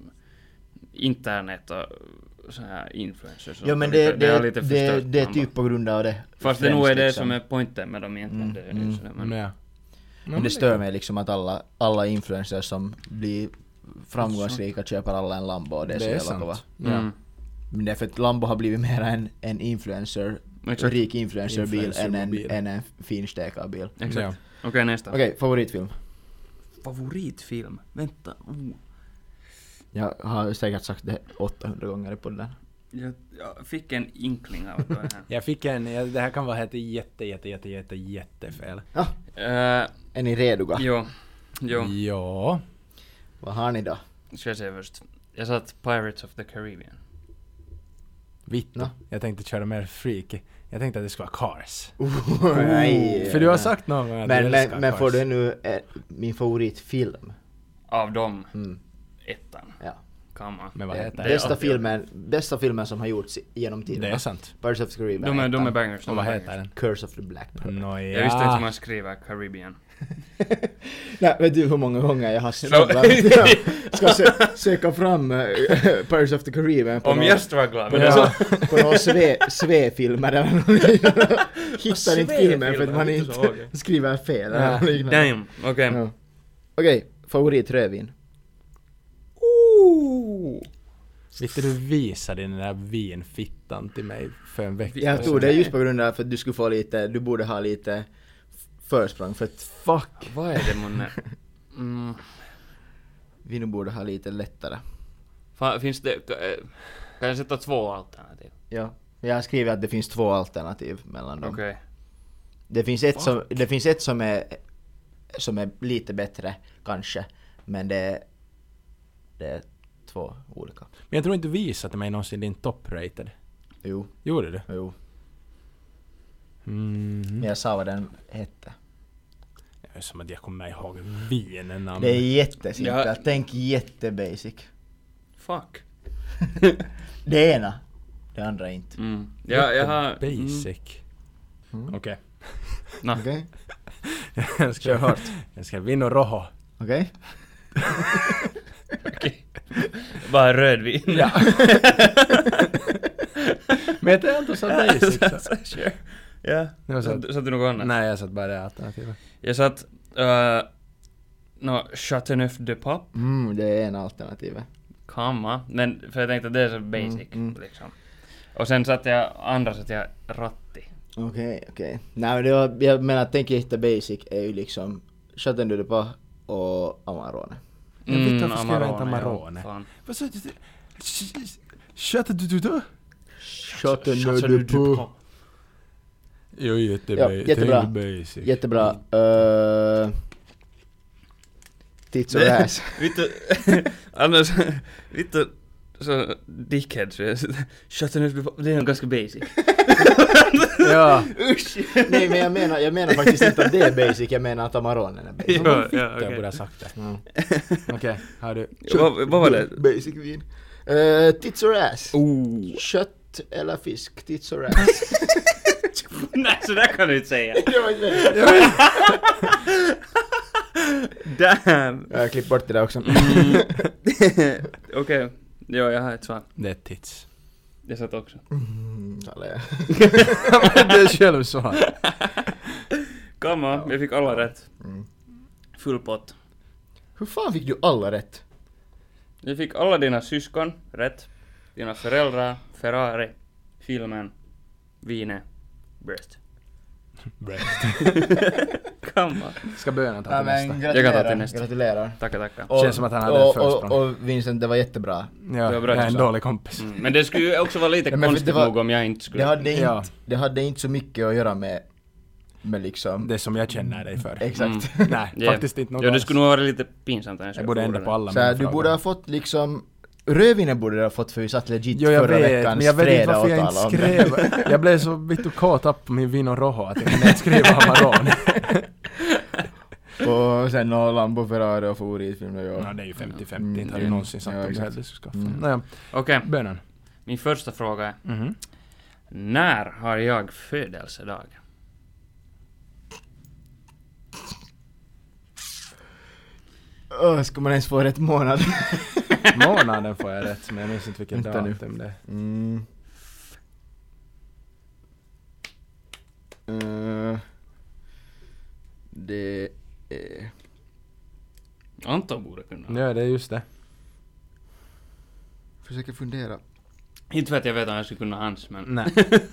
internet och så här influencers och Ja men sånt, det, det, har det, lite det, förstört det är Lambo. typ på grund av det. Fast det främst, nog är det liksom. som är poängen med dem egentligen. Mm, det är mm. ju sådär, men, Men ja. Men det stör mig liksom att alla, alla influencers som blir framgångsrika köper alla en Lambo och det är så Det är jävla kova. sant. mm. Ja. Men det är för att Lambo har blivit mer en, en influencer, Exakt. rik influencerbil än en, Influencermobil. än en finstekad bil. Exakt. Ja. Okej, nästa. Okej, favoritfilm. Favoritfilm? Vänta. Oh. Jag har säkert sagt det åttahundra gånger på den. Jag, jag fick en inkling av det här. Jag fick en, ja, det här kan vara helt jätte, jätte, jätte, jätte, jättefel. Ja, uh, är ni redoga? jo. Jo. Ja. Vad har ni då? Ska jag säga först. Jag satt Pirates of the Caribbean. Vitt. No. Jag tänkte köra mer freaky. Jag tänkte att det skulle vara Cars. Nej. För du har sagt någon gång att Men, du men, älskar men Cars. får du nu eh, min favoritfilm? Av dem, Mm. ettan. Ja. Kamma. Men vad Det- heter bästa, den? filmen, bästa filmen som har gjorts genom tiden. Det är sant. Pirates of the Caribbean. De är, de är ettan. bangers. de Och vad är heter bangers. den? Curse of the Black Pearl. Nåja. Jag visste inte hur man skriver Caribbean. Nej, vet du hur många gånger jag har strugglat Jag ska sö- söka fram äh, Pirates of the Caribbean på Om någon- jag strugglar på med någon, det. på någon sve, sve-filmer eller något liknande. Hittar inte filmen för att man Sve-filmer, inte så okej. skriver fel eller Ja. något liknande. Damn, okej. Ja. Okej, favoritrödvin. Vitt du visa din där vinfittan till mig för en vecka Jag sedan? tror det är just på grund av för att du skulle få lite, du borde ha lite försprång för att fuck, Vad är det månne? Mm. vi nu borde ha lite lättare. Fan, finns det... eh, Kan jag sätta två alternativ? Ja, jag har skrivit att det finns två alternativ mellan dem. Okej. Det finns ett som, det finns ett som är som är lite bättre kanske, men det det är två olika. Men jag tror inte du visade mig någonsin din top-rated. Jo, Gjorde du? jo. Mm. Men jag sa vad den hette. Det är som att jag kommer ihåg vinen namn. Det är jättesimpelt. Ja. Tänk jättebasic. Fuck. Det ena, det andra inte. Mm. Ja, jag har... Basic. Mm. Okej. No. Okej? Jag ska Kör hårt. Jag ska vinna rojo. Okej? Okej. Bara rödvin. Ja. Men det är inte så basic. Så. Sure. Ja. Det var så att- Satt satt du något annat? Nej, jag satt bara det alternativet. Jag satt... Uh, no, Chateauneuf de Pape. Mm, det är en alternativet. Kamma. Men för jag tänkte att det är så basic. Mm, mm. Liksom. Och sen satt jag... Andra satt jag Ratti. Okej, okej. Nej men det var, jag menar tänk jättebasic är ju liksom Chateau de Pape och Amarone. Jag vet inte varför ska jag vänta Amarone. ja, fan. Vad sa du? Kött du du du? Chateau Chateau de Pape. Jo, jätteba- Ja, jättebra. basic. Jättebra. Uh, tits och Det- ass. Vittu... Annars... Vittu... Så... Dickhead så jag... Chateauneuf de Pape. Det är nog ganska basic. Ja. Usch! Nej men jag menar, jag menar faktiskt inte att det är basic, jag menar att Amaronen är basic. Ja, ja, Jag okej. borde ha sagt det. Mm. Okej, har du... Vad, vad var det? Basic vin. Uh, tits or ass? Oh. Kött eller fisk? Tits or ass? Nej, så där kan du inte säga. Jag vet inte. Damn. Jag har klippt bort det där också. Mm. Okej, okay. Ja, jag har ett svar. Det är tits. Jag satt också. Mm, alla Det är själv svar. Kom on, vi fick alla rätt. Mm. Full pott. Hur fan fick du alla rätt? Vi fick alla dina syskon rätt. Dina föräldrar, Ferrari, filmen, vinet, bröst. Breast. Come on. Ska bönen ta till nästa? Jag kan ta till nästa. Gratulerar. Tackar, tackar. Och, Känns som att han hade och, ett försprång. och, och Vincent, det var jättebra. Ja, Det var bra jag är en också. dålig kompis. Mm. Men det skulle ju också vara lite Nej, men konstigt det var- nog om jag inte skulle... Det hade, inte, Ja. det hade inte så mycket att göra med, med liksom... Det som jag känner dig för. Exakt. Mm. Nej, Yeah. faktiskt inte något Ja, det alls. skulle nog vara lite pinsamt om jag Jag skulle borde få ändra det. på alla Så här, mina du frågor. borde ha fått liksom... Rödvinen borde du ha fått för vi satt legit Jo, jag förra vet, veckans men jag vet inte varför jag inte fredag och talade om skrev. Jag blev så vitt och kåt upp på min vino rojo att jag kunde inte skriva Amarone. det. Och sen och Lambo Ferrari och favoritfilm och Ja, jag. det är ju femtio femtio, Mm, inte har du mm. någonsin sagt Ja, om du exakt. hellre skulle skaffa. Mm. Nåja, Okej, bönen. min första fråga är: Mhm. när har jag födelsedag? Åh, ska man ens få rätt månad? Månaden får jag rätt, men jag minns inte vilket Vänta nu. datum det är. Mm. Uh, det är... Anton borde kunna. Ja, det är just det. Försöker fundera. Inte för att jag vet om jag skulle kunna hans, men... Nej.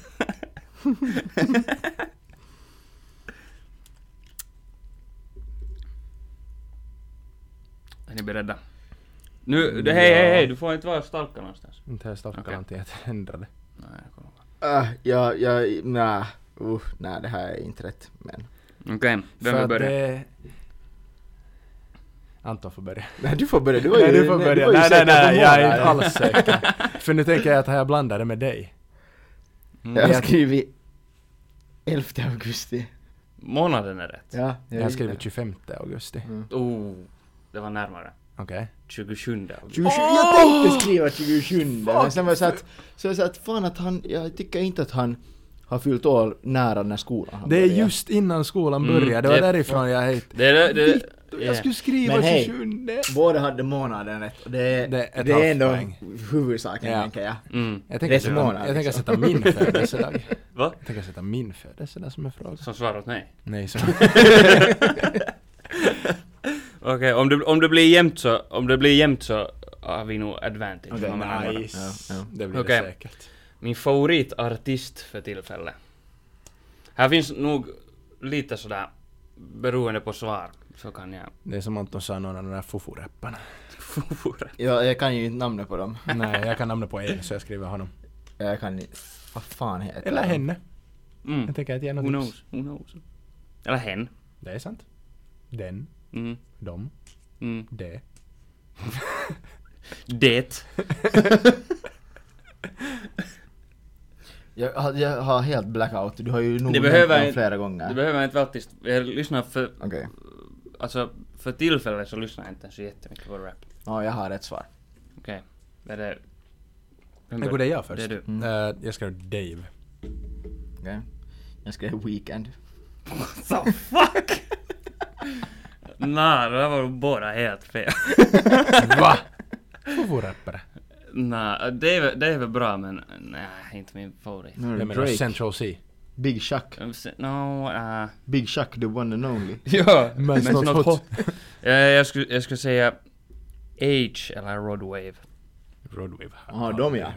Är ni beredda? Nu, det, hej, hej, hej, du får inte vara stalka någonstans. Inte jag stalkar Okej. någonting att ändra det. Nej, jag kommer ihåg. Uh, ja, ja, nej. Uh, nej, det här är inte rätt. Men... Okej, vem För vill att börja? det... Anton får börja. Nej, du får börja. Du var Nej, ju, du får du börja. var ju Nej, nej, säker nej, på jag är inte månaden. alls säker. För nu tänker jag att jag blandar det med dig. Mm. Jag har Jag- skrivit elfte augusti. Månaden är rätt. Ja, Jag har skrivit tjugofemte augusti. Mm. Oh, det var närmare. Okej. tjugosjunde augusti. tjugosju, jag tänkte skriva tjugosjunde, men sen var jag så att, så jag sa att fan att han, jag tycker inte att han har fyllt år nära när skolan har Det är börjat. just innan skolan Mm, började. Det var det- därifrån jag hit. Det är det... det Jag yeah. skulle skriva Men hej. tjugosjunde. Båda hade månaden rätt och det är, Det är ett det är ändå halvt poäng. huvudsaken Ja. tänker jag. Mm. Jag tänker Rätt sätta, månad, jag tänker liksom. sätta min födelsedag. Va? Jag tänker sätta min födelsedag som en fråga. Som svar åt mig. Nej, så. Okej, om, det, om det blir jämnt så... Om det blir jämnt så har vi nog advantage. Okej, om man är nära. Nice. Ja, ja. Det blir Okej. det säkert. Min favoritartist för tillfället. Här finns nog lite sådär beroende på svar. Så kan jag... Det är som Anton sa, någon av de där fufu-rapparna. Ja, jag kan ju inte namnet på dem. Nej, jag kan namnet på en så jag skriver honom. Jag kan inte, vad fan heter Eller de? henne. Mm. Jag tänker att ge Who något tips. knows? Who knows? Eller hen. Det är sant. Den, Mm. de, Mm. det. Det. Jag, har- jag har helt blackout, du har ju nog Det nämnt behöver dem inte- flera gånger. Det behöver inte vara artist. Jag lyssnar för... Okej, Alltså, för tillfället så lyssnar jag inte så jättemycket på rap. ja jag har rätt svar. Okej. Är det... Vem Nej, bör- går det jag först? Det är du. Mm. Eh, jag skrev Dave. Okej. Jag skrev Weekend. What the fuck? Nej, det där var båda helt fel. Va? Fufu-rappare. Nej, det är, väl- det är väl bra men nej, inte min favorit. Nu är Jag det menar Drake. Central C. Big Chuck. No, uh, Big Chuck, the one and only. ja, Men it's not hot. jag, jag, skulle, jag skulle säga Age eller Rod Wave. Rodwave. Ja, de ja.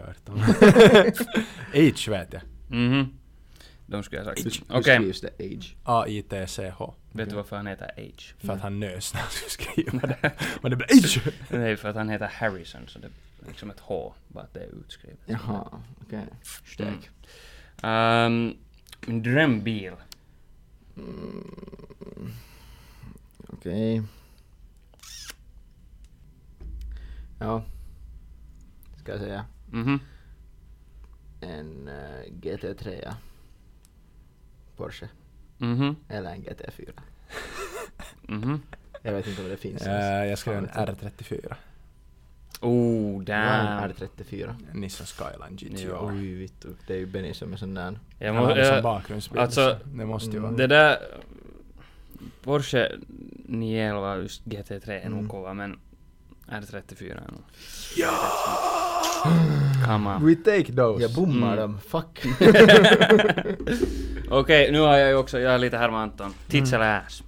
H vet jag. Mhm. De skulle jag ha sagt. Du Okej, skrivs det Age. A I T C H. vet du varför han heter Age? För att han nös när han skulle skriva det. Men det blev H! Nej, för att han heter Harrison så det är liksom ett H, bara att det är utskrivet. Jaha, okej. Steg. Um, min drömbil. Mm. Okej. Ja. Ska jag säga. Mhm. En uh, G T tre Porsche. Mhm. Eller en G T fyra. Mhm. Jag vet inte om det finns. Eh, jag skrev en R trettiofyra. Oh, Vad damn. är R trettiofyra? Nissan Skyline G T R. Ja. Oj, vittu. Det är ju Benny som är sån där. Jag Han må, har det som jag, bakgrundsbild. alltså, så det måste ju vara. mm. det där Porsche nio elva just G T tre är nog Mm. kova, men R trettiofyra är nog... Ja! Come on. We take those. Jag bommar Mm. dem. Fuck. Okej, nu har jag ju också, jag är lite här med Anton. Tits eller ass?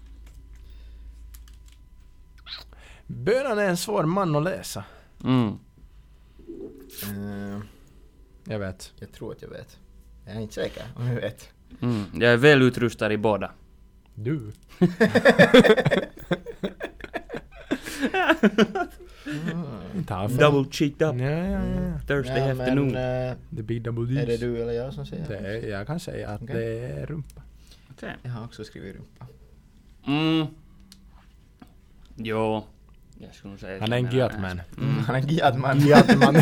Bönan är en svår man att läsa. Mm. Eh, Jag vet. jag tror att jag vet. Jag är inte säker om jag vet. Mm. Jag är väl utrustad i båda. Du. Inte ha för. Double cheeked Ja, up. ja, ja. Thursday Ja, afternoon. men, eh, The big double är det D's. du eller jag som säger? Det är, jag kan säga att Okej. det är rumpa. Okej. Jag har också skrivit rumpa. Mm. Jo. Jag skulle nog säga... Han är en att jag menar giat man. ass. Mm. Han är giat man. Giatman.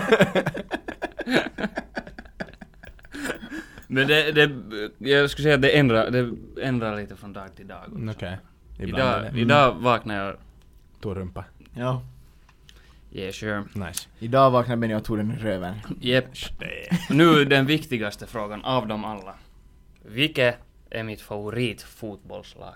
Men det, det, jag skulle säga att det ändrar, det ändrar lite från dag till dag också. Okej. Ibland är Idag, det. idag vaknar jag... Tog rumpa. Ja. Yeah, sure. Nice. Idag vaknade Benny och tog den i röven. Jep. Nu den viktigaste frågan av dem alla. Vilket är mitt favoritfotbollslag?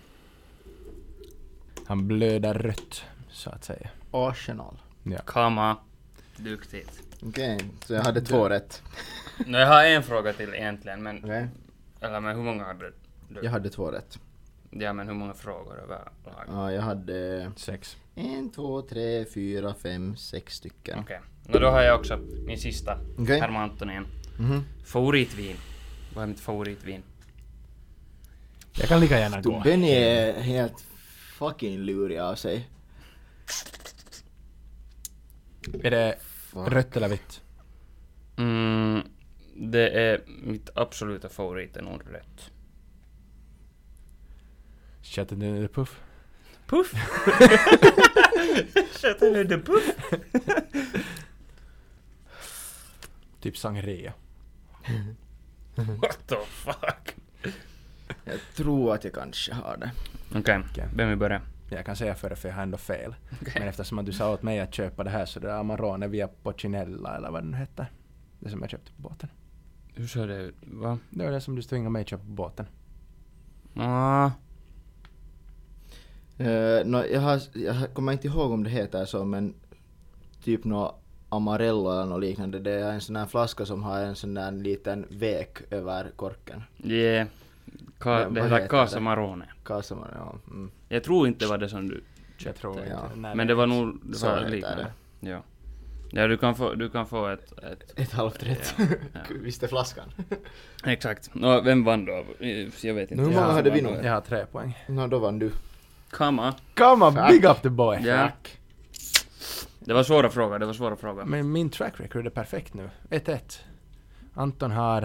Han blöder rött, så att säga. Arsenal. Kama. Duktigt. Okej, så jag hade två rätt. Nu jag har en fråga till egentligen, men... Okej. Eller men hur många hade du? Jag hade två rätt. Ja, men hur många frågor över lag? Ja, jag hade Sex. en, två, tre, fyra, fem, sex stycken. Okej. Okay. Då har jag också min sista. Okej. Herman Antonen. Mhm. Favoritvin. Vad är mitt favoritvin? Jag kan lika gärna gå. Benny är helt fucking lurig av sig. Är det Fuck. rött eller vitt? Mm, det är mitt absoluta favorit är nog rött. Shut it in the puff. Puff! Shut in the puff! Typ sangria. What the fuck? Jag tror att jag kanske har det. Okej, okay. Okej. Vem vill börja? Jag kan säga före för jag har ändå fel. Okay. Men eftersom att du sa åt mig att köpa det här så det är Amarone via Pocinella eller vad den hette. Det som jag köpte på båten. Hur ser det ut? Va? Det var det som du tvingade mig att köpa på båten. Ah, Uh, no, jag, har, jag kommer inte ihåg om det heter så, men typ nå Amarello eller något liknande. Det är en sån här flaska som har en sån där liten vek över korken. yeah. Ka- Ja, det vad heter heter Casa det? Marone. Kasamar, ja. Mm. Jag tror inte det var det som du Jag köpte. tror inte. Ja. Nej, Men det var nog det Så var heter liknande. Ja. Ja, du kan få, du kan få ett... ett Ett halvt rätt. Ja, ja. Visst är flaskan. Exakt. Nå, vem vann då? Jag vet inte. Hur många Jag hade vann vi då. nog? Jag har tre poäng. Nå, då vann du. Come on. Come on, Fuck. big up the boy! Ja. Fuck. Det var svåra frågor, det var svåra frågor. Men min track record är perfekt nu. ett ett. Anton har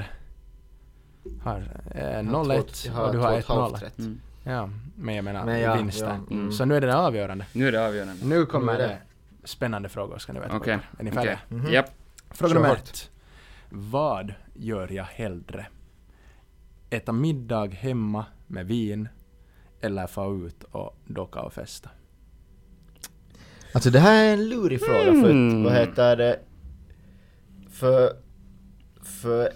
har eh, noll ett Jag har och du två har och ett ett halvt noll. rätt. Mm. Ja, men jag menar Men ja, vinsten. ja, mm. Så nu är det avgörande. Nu är det avgörande. Nu kommer Nu är det. det spännande frågor ska ni veta. Okej. Är ni Okej. färdiga? Mhm. Japp. Fråga Kör nummer hårt. ett. Vad gör jag hellre? Äta middag hemma med vin eller få ut och docka och festa? Alltså det här är en lurig fråga för Mm. att, vad heter det, för, för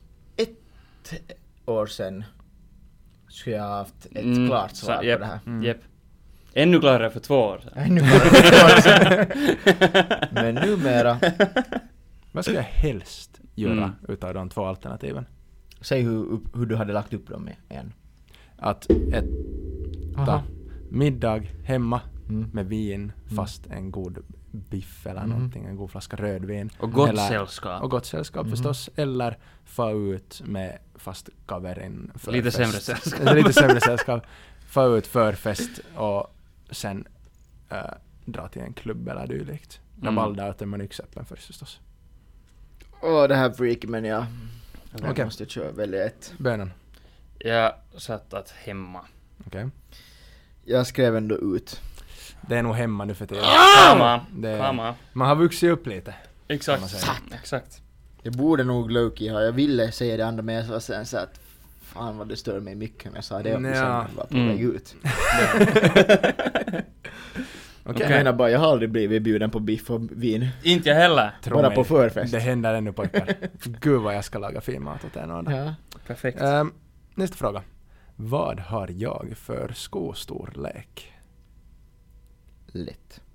ett år sedan skulle jag ha haft ett Mm, klart så- svar japp. på det här. Mm. Japp. Ännu klarare för två år sedan. Ännu bara ett år sedan. Men numera, Vad ska jag helst göra Mm. utav de två alternativen? säg hur, hur du hade lagt upp dem igen. Att äta Aha. middag hemma Mm. med vin fast en god biff eller Mhm. någonting, en god flaska rödvin. Och gott Eller- sällskap. Och gott sällskap Mhm. förstås. Eller få ut med fast kaverin för Lite fest. sämre sällskap. Lite sämre sällskap. Få ut för fest och sen äh, dra till en klubb eller dylikt. Mm. Rabalder med yxöppen först förstås. Åh, det här freak, men jag, jag Okej. måste köra välja ett. Bönen. Jag satt att hemma. Okej. Jag skrev ändå ut. Det är nog hemma nu för tiden. Come on. Det- Come on. Man har vuxit upp lite. Kan man Exakt. säga. Exakt. Jag borde nog Loki ha, jag ville säga det andra, men jag var sen så att fan vad det stör mig mycket när jag sa det och Nja. sen var på Mm. väg ut. Okej. Jag menar bara, jag har aldrig blivit bjuden på biff och vin. Inte jag heller. Tro Bara mig, på förfest. Det händer ännu pojkar. Gud vad jag ska laga fin mat åt en av dem. Ja. Perfekt. Um, nästa fråga. Vad har jag för skostorlek? Lätt.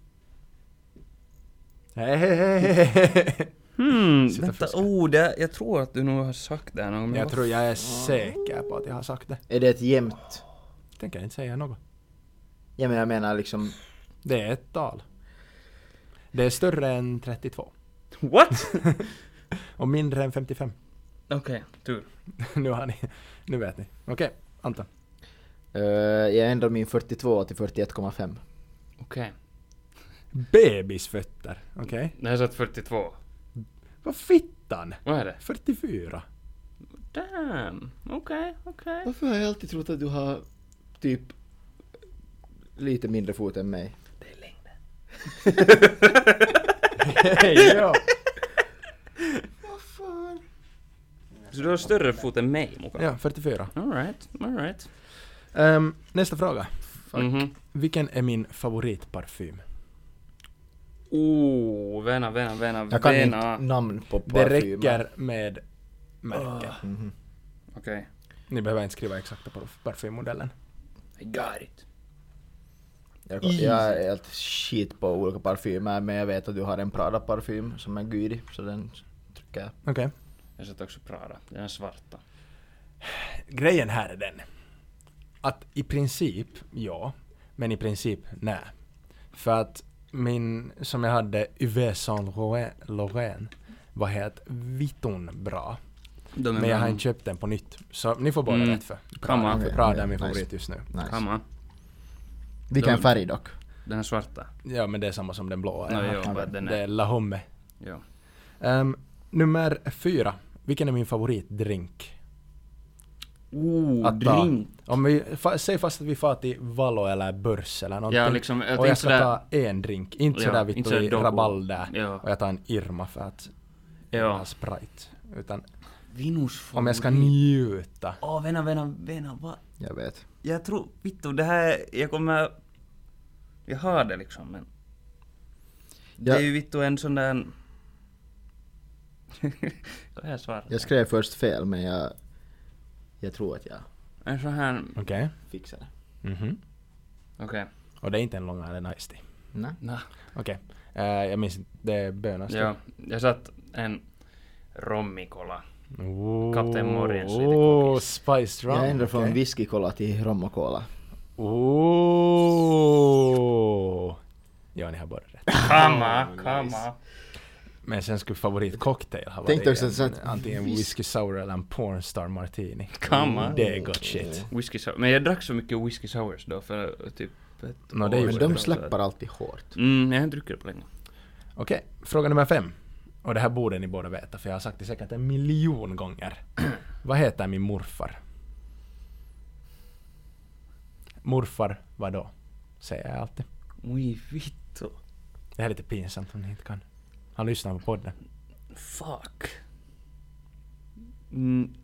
Hej, hej, hej, hej. Hmm, Sitta vänta, fuska. oh, det, jag tror att du nog har sagt det någon gång. men Jag vad tror jag är säker på att jag har sagt det. Är det ett jämnt? Tänker jag inte säga något. Jag menar, jag menar liksom... Det är ett tal. Det är större än trettiotvå. What? Och mindre än femtiofem. Okej, tur. nu har ni, nu vet ni. Okej, Anton. Uh, jag ändrar min fyrtiotvå till fyrtioett komma fem. Okej. Bebisfötter, okej? Det här satt fyrtiotvå. Vad fittan? Vad är det? fyrtiofyra. Damn. Okej, okej. Varför har jag alltid trott att du har typ lite mindre fot än mig? Det är längden. ja. Vad fan? Så du har större fot än mig, Moka? ja, fyrtiofyra. All right, all right. Um, nästa fråga. Mhm. Vilken är min favoritparfym? Oh, vänna, vänna, vänna, Jag kan vänna. inte namn på Det parfymer. räcker med märken. Mhm. Okej. Ni behöver inte skriva exakta på parfymmodellen. I got it. Jag, jag är helt shit på olika parfymer, men jag vet att du har en Prada-parfym som är gyrig, så den trycker jag. Okej. Jag satt också Prada. Den är svarta. Grejen här är den. Att i princip, ja. Men i princip, nej. För att min, som jag hade, Yves Saint Laurent, var helt vitton bra. De är Men jag har bra. inte köpt den på nytt. Så ni får båda Mm. rätt för. Come on. För Okej, Prada okej, är min nice. favorit just nu. Nice. Come on. Vilken De- färg dock? Den är svarta. Ja, men det är samma som den blåa. No, jag har. jo, okej. bara den Det är är... La Homme. Jo. Um, nummer fyra. Vilken är min favoritdrink? Oh, Att ta. drink. Om vi, fa, säg fast att vi far till Valo eller Börs eller någonting. Ja, liksom, jag och jag tänkte ska sådär... ta en drink. Inte Ja, sådär inte vitt sådär i Doggo. rabalder. Ja. Och jag tar en Irma för att Ja. jag har Sprite. Utan Vinus favorit. om jag ska njuta. Åh, vänna, vänna, vänna, vad? Jag vet. Jag tror, vittu, det här, jag kommer... Jag har det liksom, men... Det Ja. är ju vittu en sån där... Vad är jag svarar? Jag skrev först fel, men jag... Jag tror att jag En sån här... Okej. fixar det. Mhm. Okej. Och det är inte en lång eller nice tea. Nej. Nah. Okej. Eh, jag minns inte. Det är bönast. Ja, jag satt en rommikola. Oh, Kapten Morgens lite oh, cookies. spiced rum. Jag ändrar från okej. whiskykola till rom och cola. Oh. Ja, ni har båda rätt. Kamma, kamma. Men sen skulle favoritcocktail ha Tänkte varit också en, att- antingen vis- whisky sour eller en pornstar martini. Kamma. Det är gott shit. Whisky sour. Men jag drack så mycket whisky sours då för typ ett Nå, det är ju år Men så. de sedan, så släpper att- alltid hårt. Mm, jag har inte druckit det på länge. Okej, fråga nummer fem. Och det här borde ni båda veta, för jag har sagt det säkert en miljon gånger. Vad heter min morfar? Morfar, vad då? Säger jag alltid. Oj, vittu. Det här är lite pinsamt om ni inte kan. Han lyssnar på podden. Fuck. Mm.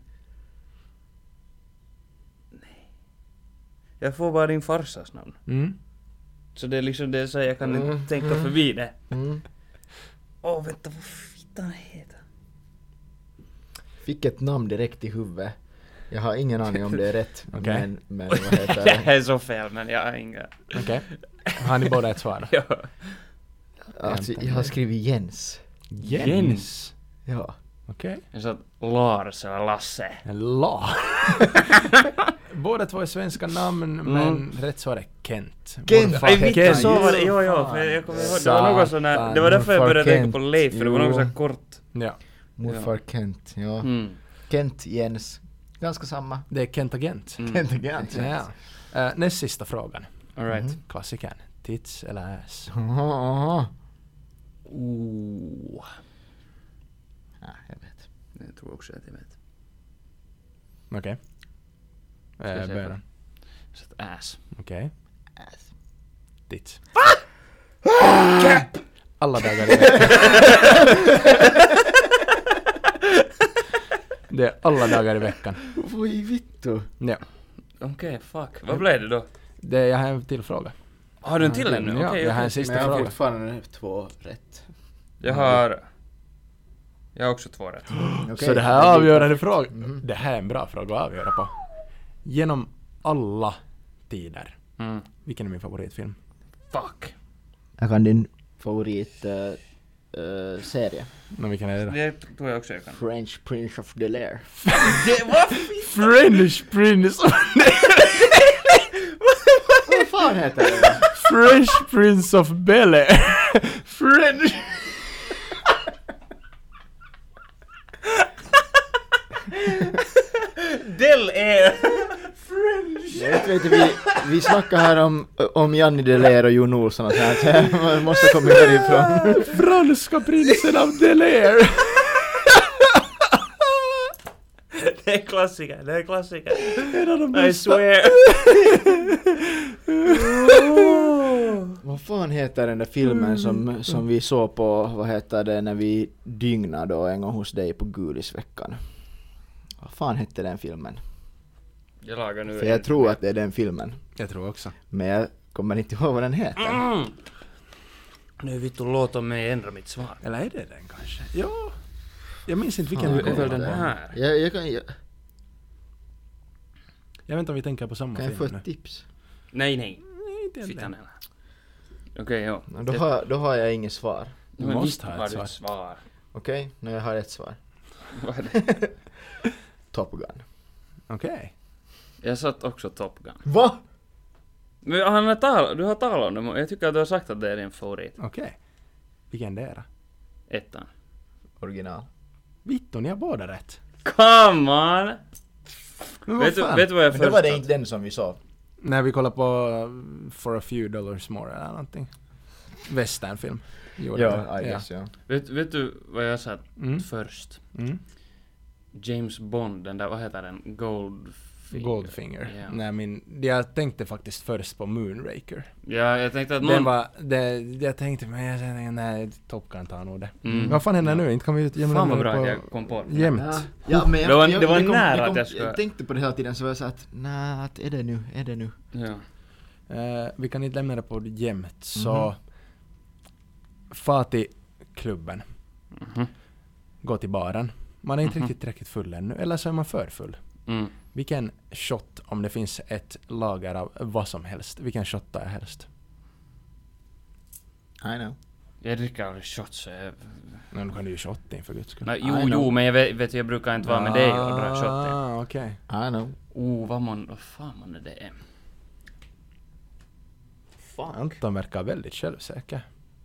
Nej. Jag får bara din farsas namn. Mm. Så det är liksom det så jag kan Mm, inte tänka mm. förbi det. Mm. Åh, vänta, vad fittan heter? Fick ett namn direkt i huvudet. Jag har ingen aning om det är rätt. Okej. Men, men vad heter Det det? är så fel, men jag har inga... Okej. Har ni båda ett svar? Ja. Alltså, jag har skrivit Jens. Jens. Ja. Okej. Jag sa att Lars eller Lasse. La. Båda två är svenska namn, men rätt svar är Kent. Kent. Morfar Aj, Kent. vittu, så var det. Just Jo, jo, fan. för jag kommer ihåg. Det var något sån här... Det var därför jag Morfar började tänka Kent. på Leif, för det var något så här kort. Ja, Morfar Kent. Ja. Mm. Kent, Jens. Ganska samma. det är Kent agent. Mm. Kent och Kent. Ja. Uh, näst sista frågan. All right. Mhm. Klassikern. Tits eller ass? Jaha. Ooh. Ja, jag vet. Jag tror också att jag vet. Okej. Ska jag Eh, säga början. Så att ass. Okej. Ass. Tits. Cap! Alla dagar i veckan. Det är alla dagar i veckan. Oj, vittu. Ja. Okej, fuck. Vad blev det då? Det, jag har en till fråga. Har du en till ännu? Ja, Okej, jag har en okej. sista Men jag har fråga. fortfarande två rätt. Jag har... Jag har också två rätt. Okej, Så det här är blir avgörande perfekt. fråga. Mhm. Det här är en bra fråga att avgöra på. Genom alla tider. Mm. Vilken är min favoritfilm? Fuck. Jag kan din favorit uh, uh, serie. Men vilken är det? Det tror jag också jag kan. French Prince of Bel-Air. Det var French Prince of Vad fan heter det? Fresh Prince of Bel-Air. French. Del Air. Jag vet, vet, vi, vi snackar här om, om Janni Delair och Jon Olsson och så här, så här, man måste komma därifrån. Franska prinsen av Bel-Air. Det är klassiker, det är klassiker. En av de I bästa. swear. Vad fan heter den där filmen som, som vi såg på, vad heter det, när vi dygnade då en gång hos dig på Gulisveckan? Vad fan hette den filmen? Jag lagar nu För en. jag tror att det är den filmen. Jag tror också. Men jag kommer inte ihåg vad den heter. Mm. Nu vill du låta mig ändra mitt svar. Eller är det den kanske? Ja. Jag minns inte vilken Fan, vi det är kom väl på. den här. Jag, jag kan, jag, Jag vet inte om vi tänker på samma kan jag få film ett tips? Nej, nej. Nej, inte Fittan egentligen. eller. Okej, ja. Ja, Då har, då har jag inget svar. Du Men måste visst ha ett har du svar. ett svar. Okej, nu jag har ett svar. Vad är det? Top Gun. Okej. Jag satt också Top Gun. Va? Men han har tal- du har talat om det. Jag tycker att du har sagt att det är din favorit. Okej. Vilken det är då? Ettan. Original. Vitton, ni har båda rätt. Come on! Men Vet du, fan? vet du vad jag Men först då var det satt? inte den som vi sa. När vi kollar på uh, For a few dollars more eller någonting. Westernfilm. Gjorde Ja, det. I guess, ja. Vet, vet du vad jag satt Mm. först? Mm. James Bond, den där, vad heter den? Goldfinger. Goldfinger. Ja. Nej, min, jag tänkte faktiskt först på Moonraker. Ja, jag tänkte att någon... Den var, det, jag tänkte, men jag tänkte, nej, Top Gun tar nog det. Mm. Vad fan händer nu? Inte kom vi ut jämna Fan vad nu bra på att jag kom på det. jämt. Ja, ja men jag, Det var- jag, det var jag kom, nära jag kom, att jag skulle- Jag tänkte på det hela tiden så var jag så att, nej, att är det nu, är det nu? Ja. Eh, vi kan inte lämna det på jämt, så Mhm. fa till klubben, Mhm. gå till baren. Man är inte Mhm. riktigt tillräckligt full ännu, eller så är man för full. Mm. Vilken shot, om det finns ett lager av vad som helst, vilken shot tar jag helst? I know. Jag dricker aldrig shots så jag... Men då kan du ju shotta in för guds skull. Nej, I jo, know. jo, men jag vet, vet jag brukar inte vara med dig och dra shot. Ah, okej. I know. Oh, vad man... Vad fan man är det är. Fuck. Anton verkar väldigt självsäker.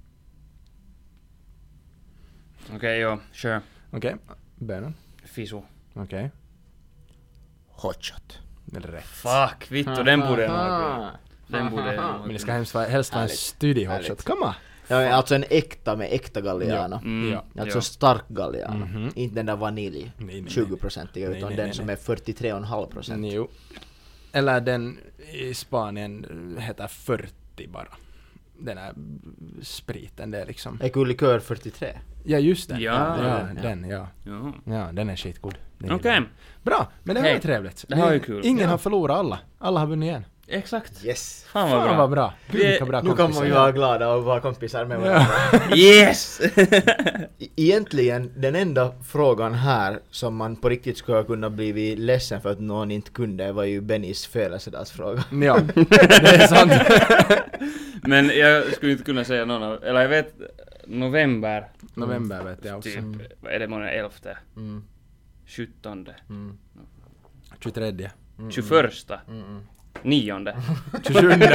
Okej, ja, sure. Okej, bönen. Fiso. Okej, Hotshot. det är rätt. Fuck, vittu, den borde jag nog ha kunnat. Den borde jag nog ha Men det ska kunnat. helst vara, helst vara en Härligt. studiehotshot. Härligt. Kom on! Ja, men alltså en äkta med äkta Galliano. Mm, Ja. Alltså ja. stark Galliano. Mhm. Inte den där vanilj. Nej, nej, tjugo-procentiga nej, utan nej, den nej, som nej. är fyrtiotre komma fem procent. Jo. Eller den i Spanien heter fyrtio bara. Den här spriten, det är liksom... Är likör fyrtiotre? Ja, just det. Ja, ja, den, ja. den, ja. Jaha. Ja, den är skitgod. Den Okej, gillar jag. Bra, men det här Hej. var trevligt. Det här var ju Vi- kul. Ingen Ja. har förlorat alla. Alla har vunnit igen. exakt. Yes! Fan vad Fan bra. vad bra. Gud Vi- vilka bra Nu kan man kompisar. ju vara glada och vara kompisar med Ja. varandra. Yes! E- Egentligen, den enda frågan här som man på riktigt skulle kunna bli ledsen för att någon inte kunde var ju Bennys födelsedagsfråga. Ja, det är sant. Men jag skulle inte kunna säga någon av... Eller jag vet... November. November vet jag också. Typ... Vad är det månaden? elfte? Mm, sjuttonde? mm, tjugotredje. mm, tjugoförsta? mm, mm. nionde? tjugosjunde.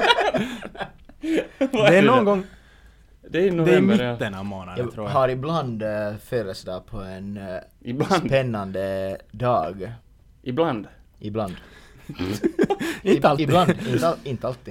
Vad Det är det? någon gång... Det är i Det är i november. ja. mitten av månaden Jag tror jag. har ibland äh, födelsedag på en äh, Ibland. spännande dag. Ibland. Ibland. Inte I- alltid. Ibland, inte, all, inte alltid.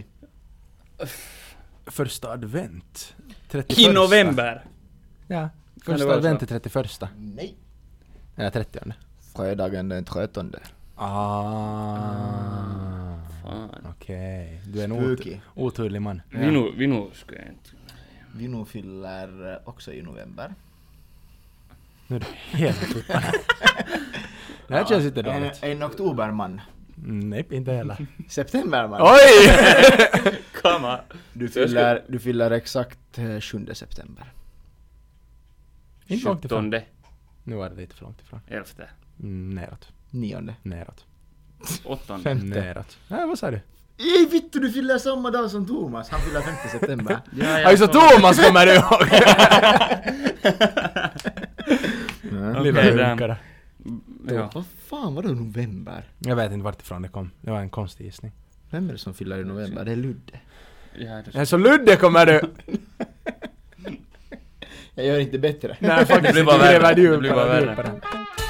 Första advent. trettioförsta. I november. Ja. Kan det Första vara advent så? är trettioförsta. Nej. Eller trettionde. Fredagen den trettonde. Ah. Fan. Okej. Du är en Spooky. ot- oturlig man. Vi nog, vi nog ska jag inte... Vi nog fyller äh, också i november. Nu är du helt tuttarna. Det här känns inte en, dåligt. en oktoberman. Mm, nej, inte heller. September, man. Oj! Come on. Du fyller, du fyller exakt eh, sjunde september. Inte långt ifrån. sjuttonde. Nu är det lite för långt ifrån. elfte. Mm, neråt. Nionde. Neråt. åttonde. Femte. Neråt. Nej, vad sa du? Ej, vittu, du fyller samma dag som Thomas. Han fyller femte september. Ja, Ja, så Thomas kommer du ihåg! Ja. Lilla Okej, runkare. Ja. Vad fan var det november? Jag vet inte vart ifrån det kom. Det var en konstig gissning. Vem är det som fyller i november? Det är Ludde. Ja, det Ja, så Ludde kommer du! Jag gör inte bättre. Nej, faktiskt. Det blir bara du värre. gräver Det blir bara djupare och värre. djupare.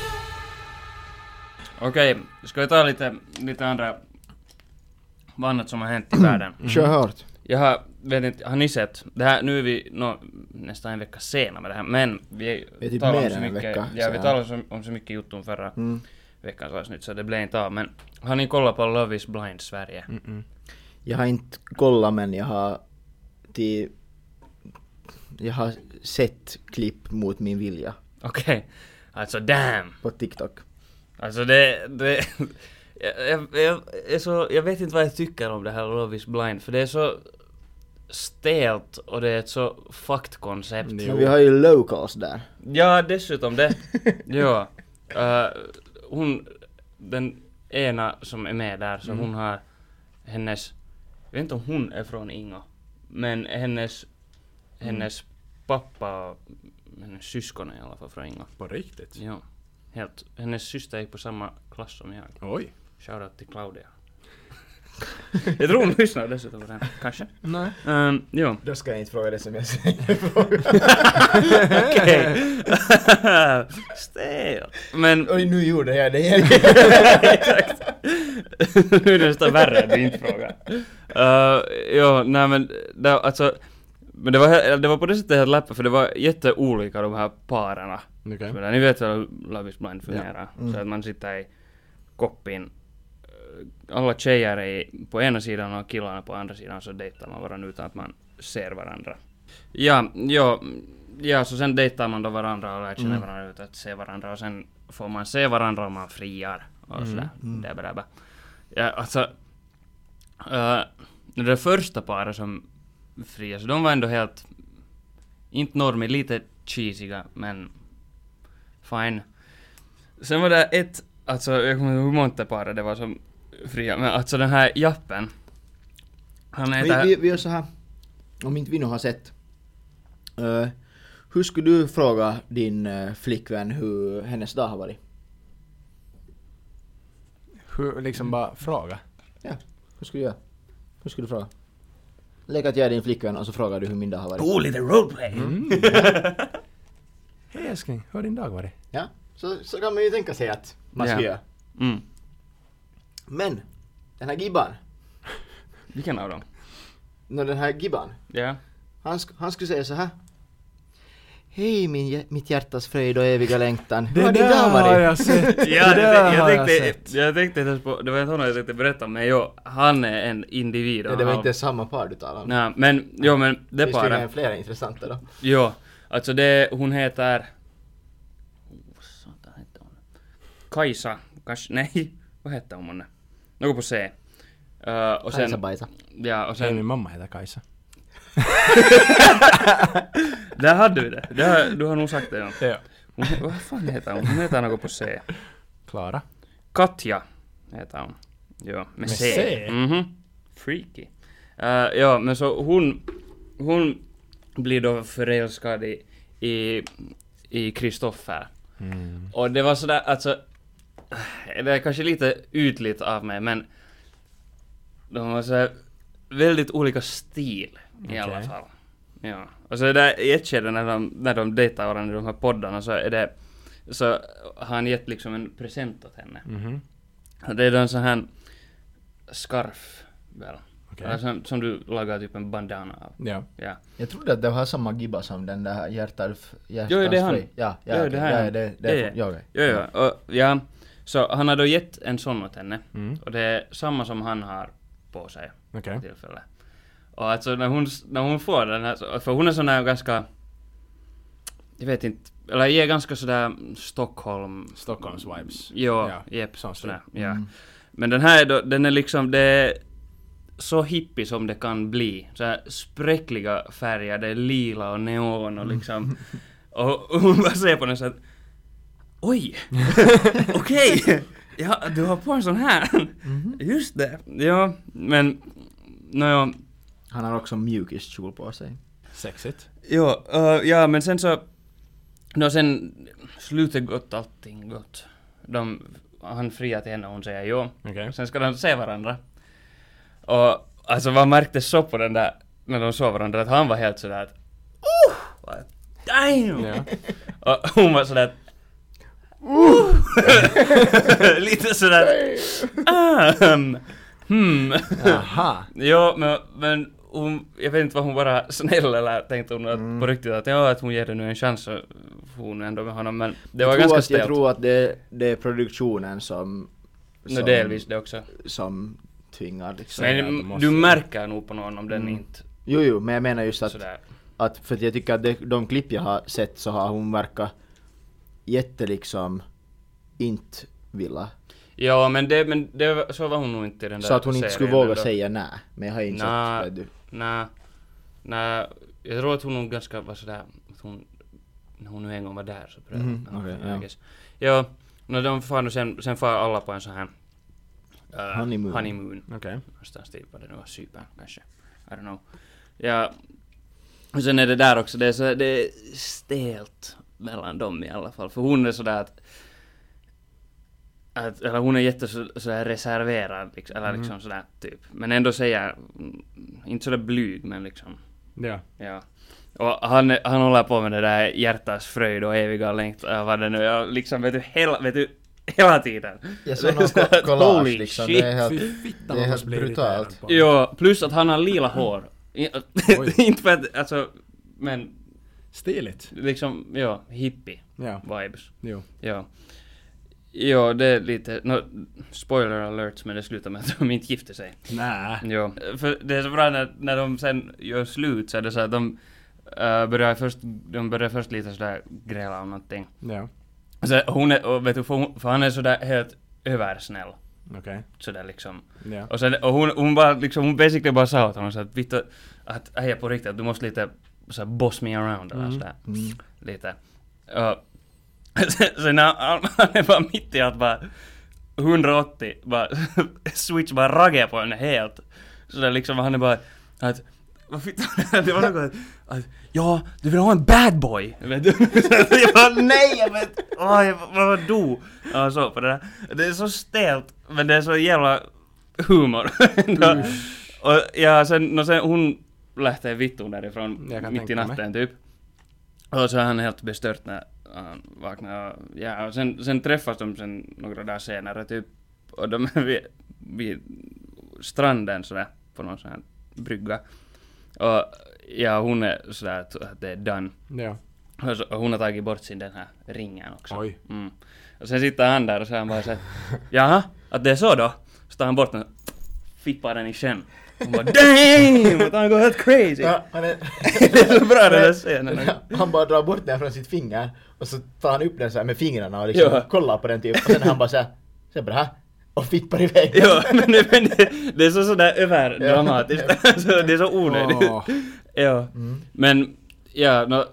Okej, ska vi ta lite, lite andra... Vad annat som har hänt i världen? Kör hårt. Jag har, vet inte, har ni sett? Det här, nu är vi nå, nästan en vecka sena med det här, men vi Vi är typ talar om mer så än en mycket, vecka, ja, så vi här. talade om, om så mycket jutton förra Mm. veckans avsnitt, så det blev inte av. Men har ni kollat på Love is blind Sverige? Mm-mm. Jag har inte kollat, men jag har till, jag har sett klipp mot min vilja Okej, alltså damn! på TikTok. Alltså det... det jag, jag, jag, är så, jag vet inte vad jag tycker om det här Love is blind, för det är så stelt och det är ett så fucked koncept. Jo. Men vi har ju locals där. Ja, dessutom det. Ja. Uh, hon, den ena som är med där, så Mm. hon har hennes, jag vet inte om hon är från Ingo, men hennes, hennes pappa och hennes syskon är i alla fall från Ingo. På riktigt? Ja, helt. Hennes syster gick på samma klass som jag. Oj. Shoutout till Claudia. Jag tror hon lyssnar dessutom på den, kanske. Nej. Um, jo. Då ska jag inte fråga det som jag säger. Okej. Stel. Men Oj, nu gjorde jag det igen. exakt. Nu är det nästan värre att du inte frågar. Uh, ja, nej men det, alltså, men det var, he- det var på det sättet helt läppar, för det var jätteolika de här parerna. Okej. Men ni vet väl hur Love is blind fungerar. Ja. Mm. Så att man sitter i koppin. Alla tjejer är på ena sidan och killarna på andra sidan, så dejtar man varandra utan att man ser varandra. Ja, ja, ja, så sen dejtar man då varandra och lär känna Mm. varandra utan att se varandra, och sen får man se varandra och man friar och Mm. sådär. Mm. Det är bara bara. Ja, alltså, uh, det första paret som friar, så de var ändå helt, inte normigt, lite cheesiga, men fine. Sen var det ett, alltså jag kommer inte ihåg hur många par det var som fria, men alltså den här Jappen, han vi, heter... vi, vi gör så här. Om inte vi nu har sett. Uh, hur skulle du fråga din uh, flickvän hur hennes dag har varit? Hur, liksom bara fråga. Hur skulle du göra? Hur skulle du fråga? Lägg att jag är din flickvän och så frågar du hur min dag har varit. Oh, lite roleplay! Mm. Hej älskling, hur har din dag varit? Ja, så, så kan man ju tänka sig att man ska Ja. göra. Mm. Men, den här Gibban, Vilken av dem? när den här Gibban, Ja. han, sk- han skulle säga så här. Hej min, hj- mitt hjärtas fröjd och eviga längtan. Hur Det har din där dag har varit? jag sett. Ja, det där jag, har jag, jag tänkte, sett. jag tänkte inte ens på, det var inte honom jag tänkte berätta, men jo, han är en individ. Nej, och det var han- inte samma par du talade om. Nej, men, jo men det Finns tydligen paret, flera intressanta då. jo, alltså det, hon heter... Oh, vad satan heter hon? Kajsa, kanske, nej, vad heter hon månne? Något på C. Uh, och Kajsa sen, Bajsa. ja, och Sen... sen, Min mamma heter Kajsa. där hade vi det. det har, du har nog sagt det, ja. Ja. Hon, vad fan heter hon? Hon heter något på C. Klara. Katja heter hon. Ja, med, Med C. C? Mhm. Freaky. Uh, ja, men så hon, hon blir då förälskad i, i, i Kristoffer. Mm. Och det var sådär, alltså, det är kanske lite ytligt av mig, men de var så väldigt olika stil i Okej. alla fall. Ja. Och så där i ett skede när de, när de dejtar varandra i de här poddarna, så är det, så har han gett liksom en present åt henne. Mhm. Och det är då en sån här scarf, väl? Okej. Eller som, som du lagar typ en bandana av. Ja. Ja. Jag trodde att det var samma Gibba som den där hjärtalf... Jo, det är han. Ja, ja, Jo, okej. det här är ja, han. det, det, Det är... är- Ja, okej. Jo, jo. Och, ja. Så han har då gett en sån åt henne. Mm. Och det är samma som han har på sig. Okej. Tillfälle. Och alltså när hon, när hon får den här, så- för hon är sån här ganska, jag vet inte, eller ger ganska sådär Stockholm... Stockholms vibes. Jo, Ja, jep, sån sådär, stil. ja. Mm. Men den här är då, den är liksom, det är så hippie som det kan bli. Så här spräckliga färger, det är lila och neon och liksom... och, och hon bara ser på den så att... Oj! Okej! Okay. Ja, du har på en sån här. Mm-hmm. Just det. Ja, men... No, ja. Han har också mjukiskjol på sig. Sexigt. Jo, uh, ja, men sen så... No, sen slutet gott, allting gott. De, han friar till henne och hon säger jo. Okay. Sen ska de se varandra. Och alltså man märkte så på den där, när de såg varandra, att han var helt sådär att uh! Damn! Ja. Och hon var sådär att uh! lite sådär um, hmm. Jaha. Jo, men, men hon, jag vet inte vad hon bara snäll eller tänkte hon att mm. på riktigt att ja, att hon ger det nu en chans så får hon ändå med honom, men det var jag ganska att, stelt. Jag tror att det, det är produktionen som, som no, delvis det också. Som tvingar liksom. Men du märker nog på någon om den mm. inte... Jo, jo, men jag menar just att, sådär. att för att jag tycker att det, de klipp jag har sett så har hon verkat jätte liksom inte vilja. Ja, men det, men det så var hon nog inte i den där så att hon inte skulle våga säga nej. Men jag har inte nah, sett, vet du. Nej, nej. Jag tror att hon nog ganska var sådär, att hon, när hon nu en gång var där så prövade mm, hon. Okay, ja. Ja, när de far nu sen, sen far alla på en sån här uh, honeymoon. honeymoon. Okej. Okay. Någonstans typ vad det nu var, Cypern kanske. I don't know. Ja, och sen är det där också, det är, så, det är stelt mellan dem i alla fall. För hon är sådär att, att eller hon är jätte så, sådär reserverad, liksom, eller liksom mm. sådär typ. Men ändå säger, inte sådär blyg, men liksom. Ja. Ja. Och han, han håller på med det där hjärtas fröjd och eviga längtan, vad det nu är, liksom vet du, hela, vet du, hela tiden. Ja, så någon collage liksom, det är helt, det är helt brutalt. Ja, plus att han har lila hår. Inte för att, alltså, men... Stiligt. Liksom, ja, hippie ja. Vibes. Jo. Ja. Ja, det är lite, no, spoiler alerts, men det slutar med att de inte gifter sig. Nej. Ja, för det är så bra när, när de sen gör slut så är det så att de uh, börjar först, de börjar först lite sådär gräla om någonting. Ja. Så hon är, och vet du, för, hon, för han är sådär helt översnäll. Okej. Okay. Sådär liksom. Ja. Och, sen, och hon, hon bara liksom, hon basically bara sa åt honom så att vittu, att jag är på riktigt, att du måste lite så boss me around eller mm. sådär. Mm. Lite. Och sen, sen han, han är bara mitt i att bara hundraåttio, bara switch, bara raggar på henne helt. Sådär liksom, han är bara att vad fick det var något att, att ja, du vill ha en bad boy, vet du? Jag bara, nej, jag vet, åh, jag, vad var du? Ja, så på det där. Det är så stelt, men det är så jävla humor. mm. Och ja, sen, och sen hon lähtee vittuun därifrån mitt i natten typ. Och så är han helt bestört när han vaknar. Ja, och sen, sen träffas de sen några dagar senare typ. Och de är vid, vid stranden sådär, på någon sån här brygga. Och ja, hon är sådär att, att det är done. Ja. Och, så, och hon har tagit bort sin den här ringen också. Oj. Mm. Och sen sitter han där och så han bara såhär, jaha, att det är så då? Så tar han bort den och fippar den i känn. Hon bara, damn! Och han går helt crazy. Ja, han är... det är så bra den där scenen. Han bara drar bort den från sitt finger och så tar han upp den så här med fingrarna och liksom ja. kollar på den typ. Och sen han bara såhär, så bara, och fippar iväg. Ja, men, det, men det, det är så sådär överdramatiskt. Ja. Så det är så onödigt. Oh. Ja, mm. Men ja, no,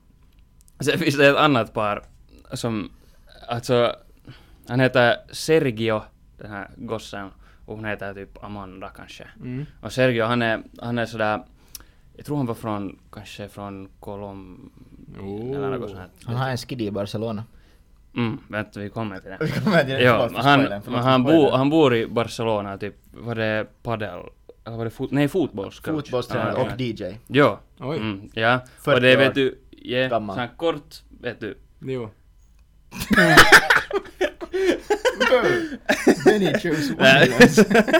sen finns det ett annat par som, alltså, han heter Sergio, den här gossen, och hon heter typ Amanda kanske. Mm. Och Sergio, han är, han är sådär, jag tror han var från, kanske från Colom, oh. eller något sånt här. Han har en skiddy i Barcelona. Mm, vänta, vi kommer till det. Vi kommer till det. Ja, han, han, bo, han bor i Barcelona, typ, var det padel, eller var det fot, nej, fotbollscoach. Fotbollstränare och D J. Ja, mm, ja. Och det vet du, ja, sån här kort, vet du. Jo. Benny chose violence.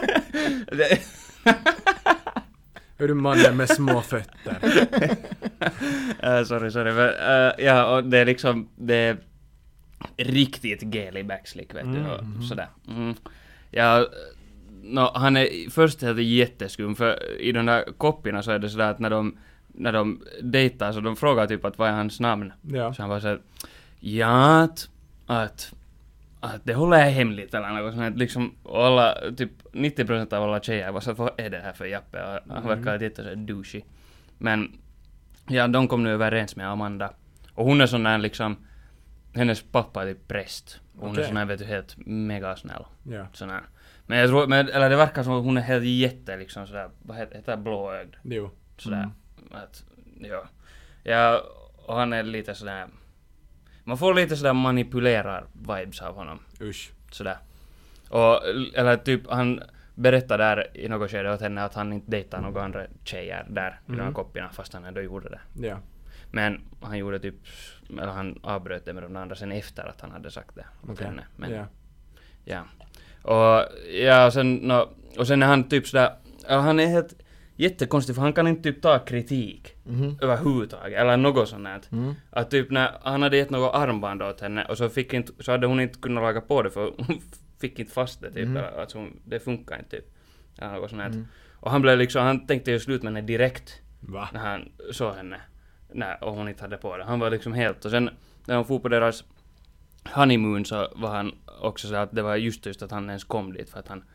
Är du mannen med små fötter? uh, sorry, sorry. Men, uh, ja, och det är liksom, det är riktigt gel i backslick, vet du, och mm. sådär. Mm. Ja, no, han är först helt jätteskum, för i de där kopierna så är det sådär att när de, när de dejtar så de frågar typ att vad är hans namn? Ja. Så han bara säger, ja, att, att att det håller jag hemligt eller något sånt. Att liksom alla, typ nittio procent av alla tjejer var så att vad är det här för Jappe? Och han Mm. verkar lite så douchey. Men ja, de kom nu överens med Amanda. Och hon är sån där liksom, hennes pappa är typ präst. Och hon Okej. är sån här, vet du, helt mega snäll. Ja. Sån här. Men jag tror, men, eller det verkar som att hon är helt jätte liksom sådär, vad heter, heter det, blåögd. Jo. Sådär. Mm. Att, ja. Ja, och han är lite sådär, man får lite sådär manipulerar vibes av honom. Usch. Sådär. Och, eller typ, han berättade där i något skede åt henne att han inte dejtar några andra tjejer där i de här Mm. kopierna fast han ändå gjorde det. Ja. Men han gjorde typ, eller han avbröt det med de andra sen efter att han hade sagt det åt Okej. henne. Men, Ja. ja. Och, ja, och sen, no, och sen är han typ sådär, eller han är helt jättekonstig för han kan inte typ ta kritik Mhm. överhuvudtaget, eller något sånt här. Mm. Att typ när han hade gett något armband åt henne och så, fick inte, så hade hon inte kunnat laga på det för hon fick inte fast det typ, Mhm. eller, alltså, hon- det funkar inte typ. Eller något sånt här. Mm. Och han blev liksom, han tänkte ju slut med henne direkt Va? när han såg henne. Nej, och hon inte hade på det. Han var liksom helt, och sen när hon for på deras honeymoon så var han också så att det var just just att han ens kom dit för att han,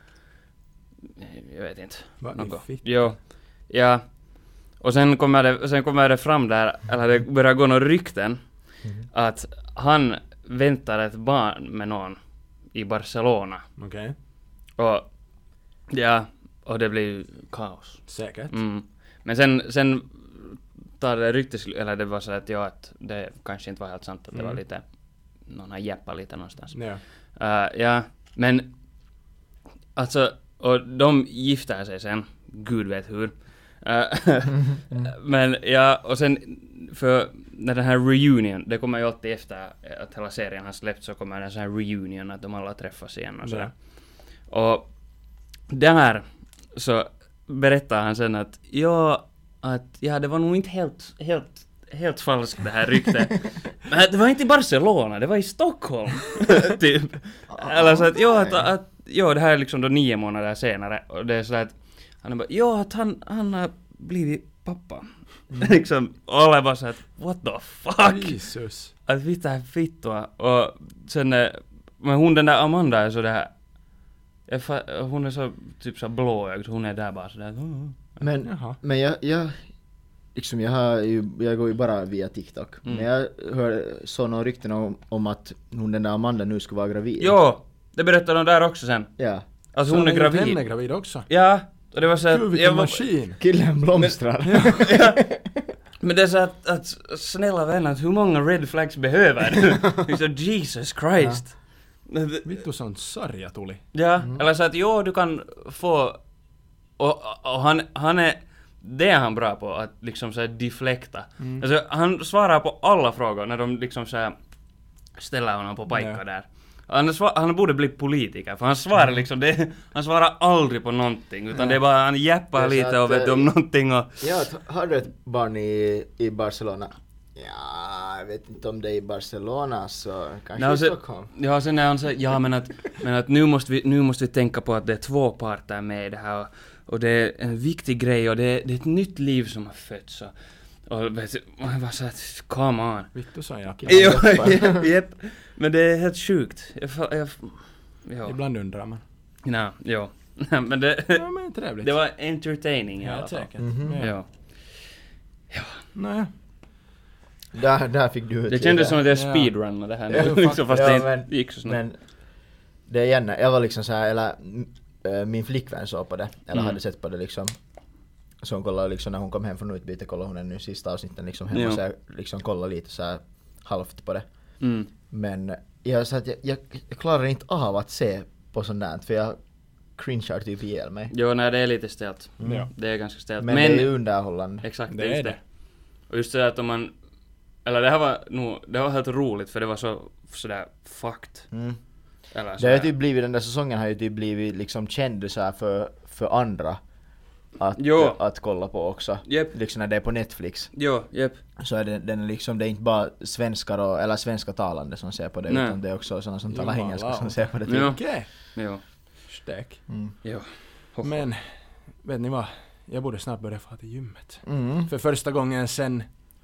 jag vet inte. Va? Något. Fitt. Jo. Ja. Och sen kommer det, sen kommer det fram där, eller det börjar gå några rykten, Mhm. att han väntar ett barn med någon i Barcelona. Okej. Och ja, och det blir ju kaos. Säkert. Mm. Men sen, sen tar det ryktes, eller det var så att ja, att det kanske inte var helt sant att det Mm. var lite, någon har jäppat lite någonstans. Ja. Uh, ja, men alltså, och de gifter sig sen, gud vet hur. Uh, men ja, och sen för när den här reunion, det kommer ju alltid efter att hela serien har släppt så kommer en sån här reunion att de alla träffas igen och sådär. Och där så berättar han sen att ja, att ja, det var nog inte helt, helt, helt falskt det här ryktet. Men det var inte i Barcelona, det var i Stockholm. typ. Eller så att ja, att, att ja, det här är liksom då nio månader senare och det är så att han är bara, ja, att han, han har blivit pappa. liksom, och alla bara så att what the fuck? Jesus. Att vi är fittoa. Och sen, eh, men hon den där Amanda är så där, jag fa- hon är så typ så blåögd, hon är där bara så där. Mm. Men, Jaha. men jag, jag, liksom jag, har ju, jag går ju bara via TikTok. Mm. Men jag hör, såg några rykten om, om att hon den där Amanda nu skulle vara gravid. Jo, det berättar de där också sen. Ja. Alltså hon är Henne gravid. gravid också. Ja, och det var så att... Gud vilken jag var- maskin. Killen blomstrar. ja. Men det är så att, att snälla vänner, hur många red flags behöver du? Det är så Jesus Christ. Ja, Vittu se on sarja tuli. ja eller så att jo, du kan få... Och, och han, han är... Det är han bra på, att liksom så här deflekta. Mm. Alltså, han svarar på alla frågor när de liksom så här ställer honom på pajka Ja. där. Han, svar, han borde bli politiker, för han svarar liksom, det, han svarar aldrig på någonting, utan det är bara, han Det jappar är så lite att, och vet eh, om någonting och... Ja, att- har du ett barn i, i Barcelona? Ja, jag vet inte om det är i Barcelona så kanske Nej, i så- Stockholm. Ja, sen när han säger, ja men att, men att nu, måste vi, nu måste vi tänka på att det är två parter med i det här och, och det är en viktig grej och det är, det är ett nytt liv som har fötts och, och vet du, och jag bara så att, come on. Vittu se on jaki. Jo, jep, jep. Men det är helt sjukt. Jag, fa- jag, jo. Ibland undrar man. Nej, jo. Men det, Ja men trevligt. det var entertaining i alla Ja fall. säkert. Mhm. Ja. Jo. Nej. Där, där fick du ut Det kändes som att jag Ja. speedrunnade det här Ja, nu, liksom, fast ja, det inte men- gick så snabbt. Men det är igen, jag var liksom så här, eller äh, min flickvän såg på det, eller Mm. hade sett på det liksom. Så hon kollade liksom när hon kom hem från utbyte, kollade hon ännu sista avsnitten liksom hemma Ja. och så här, liksom kollade lite så här halvt på det. Mm. Men jag, så att jag, jag, jag klarar inte av att se på sånt där, för jag cringear typ ihjäl mig. Jo, nej, det är lite stelt. Mm. Ja. Det är ganska stelt. Men, Men, det är ju underhållande. exakt, Det just är det. det. Och just det att om man... Eller det här var nog... Det var helt roligt för det var så sådär fucked. Mm. Eller Det har sådär. ju typ blivit, den där säsongen har ju typ blivit liksom känd så här för, för andra att, Jo. att kolla på också. Jep. Liksom när det är på Netflix. Jo, jep. Så är det, den är liksom, det är inte bara svenskar och, eller svenska talande som ser på det, Nej. utan det är också sådana som talar Jumala. engelska som ser på det. Typ. Ja. Okej. Jo. Stäck. Mm. Jo. Ho, ho. Men, vet ni vad? Jag borde snart börja få till gymmet. Mm. För första gången sen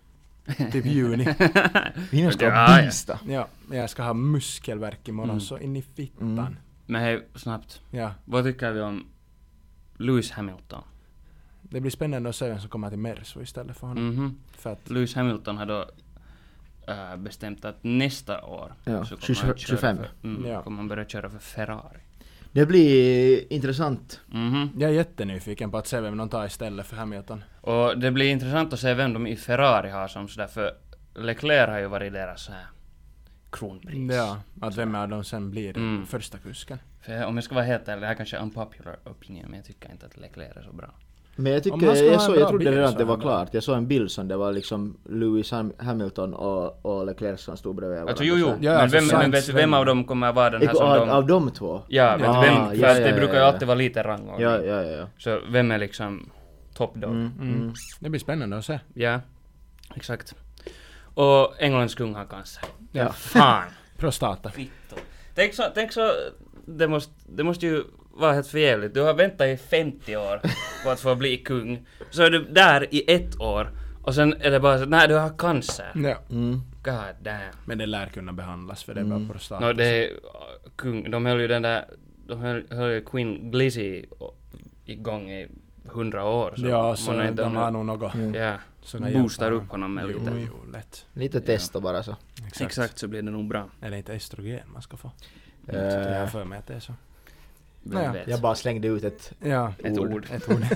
typ juni. Vi ska Ja, ha ja. bista. Ja, jag ska ha muskelvärk imorgon Mm. så in i fittan. Mm. Men hej, snabbt. Ja, Vad tycker vi om Lewis Hamilton? det blir spännande att se vem som kommer till Mersu istället för honom. Mhm. För att, Lewis Hamilton har då äh, bestämt att nästa år Ja, så kommer han köra tjugofem. För, mm, Ja. kommer han börja köra för Ferrari. Det blir intressant. Mhm. jag är jättenyfiken på att se vem de tar istället för Hamilton. Och det blir intressant att se vem de i Ferrari har som sådär, för Leclerc har ju varit deras så här kronprins. Ja, att vem av dem sen blir Mm. första kusken. För om jag ska vara helt ärlig, det här kanske är unpopular opinion, men jag tycker inte att Leclerc är så bra. Men jag Om tycker, han ska jag, ha en så, bra jag trodde bil redan så att det är var han bra. klart. Jag såg en bild som det var liksom Lewis Ham- Hamilton och, och Leclerc som stod bredvid varandra. Alltså jo, jo, så här. Ja, men, alltså, vem, men Sainz vet du vem vem- av dem kommer vara den här Eko, som av, de... av de två? Ja, vet Ah, du vem? För ja, att det ja, brukar ju ja, ja. alltid vara lite rangordning. Ja, ja, ja. ja. Så vem är liksom top dog? Mm, Mm. mm. Det blir spännande att se. Ja, exakt. Och Englands kung har cancer. Ja. Fan! Prostata. Fitto. Tänk så, tänk så det, måste, det måste ju vara helt förjävligt. Du har väntat i femtio år på att få bli kung. Så är du där i ett år. Och sen är det bara så, nej du har cancer. Ja. Mm. God damn. Men det lär kunna behandlas för det är Mm. bara prostata. No, det är uh, kung. De höll ju den där, de höll, höll ju Queen Glizzy igång i hundra år. Så Ja, så man är de inte- har nog något. Mm. Ja, som kan boostar hjälpa upp honom med Jo, lite. jo, lätt. Lite testa bara så. Exakt. Exakt, så blir det nog bra. Är det inte estrogen man ska få? Eh, Jag har för mig att det är så. Vem Ja, vet? Jag bara slängde ut ett Ja, Ett ord. ord. ett ord.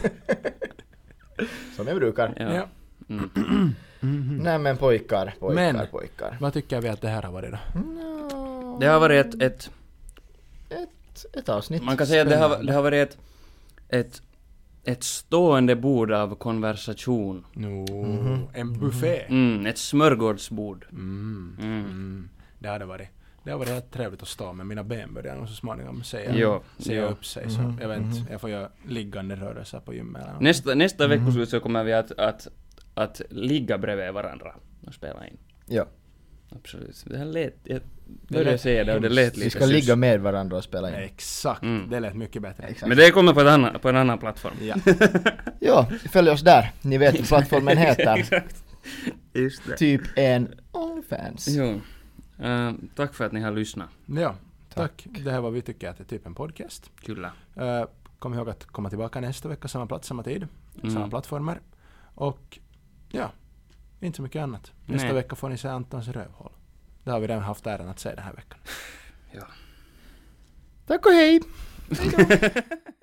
som jag brukar. Ja. Ja. Mm. Mhm. Nej men pojkar, pojkar, Men- pojkar. Vad tycker vi att det här har varit då? No. Det har varit ett, ett ett, ett avsnitt. man kan säga att det har, Spännande. det har varit ett, ett, ett stående bord av konversation. No, Mhm. en buffé. Mm, ett smörgårdsbord. Mm. Mm. Mm. Det hade varit. Det har varit helt trevligt att stå med mina ben börjar nog så småningom säga, Jo, säga jo. upp sig. Så Mhm, jag vet inte, mhm. jag får göra liggande rörelser på gymmet eller något. Nästa, nästa Mhm. veckoslut så kommer vi att, att, att ligga bredvid varandra och spela in. Ja. Absolut. Det här lät, jag Det började lät säga det och det hemskt. lät Vi lite ska ligga sus. med varandra och spela in. Exakt, Mm. det lät mycket bättre. Exakt. Men det kommer på en annan, på en annan plattform. Ja. Ja, följ oss där. Ni vet vad plattformen heter. Exakt. Just det. Typ en OnlyFans. Jo. Uh, tack för att ni har lyssnat. ja, tack. Det här var vi tycker att det är typ en podcast. Kyllä. Uh, kom ihåg att komma tillbaka nästa vecka, samma plats, samma tid, Mm. samma plattformar. Och ja, inte så mycket annat. Nästa Nej. vecka får ni se Antons rövhål. Det har vi redan haft äran att se den här veckan. Ja. Tack och hej!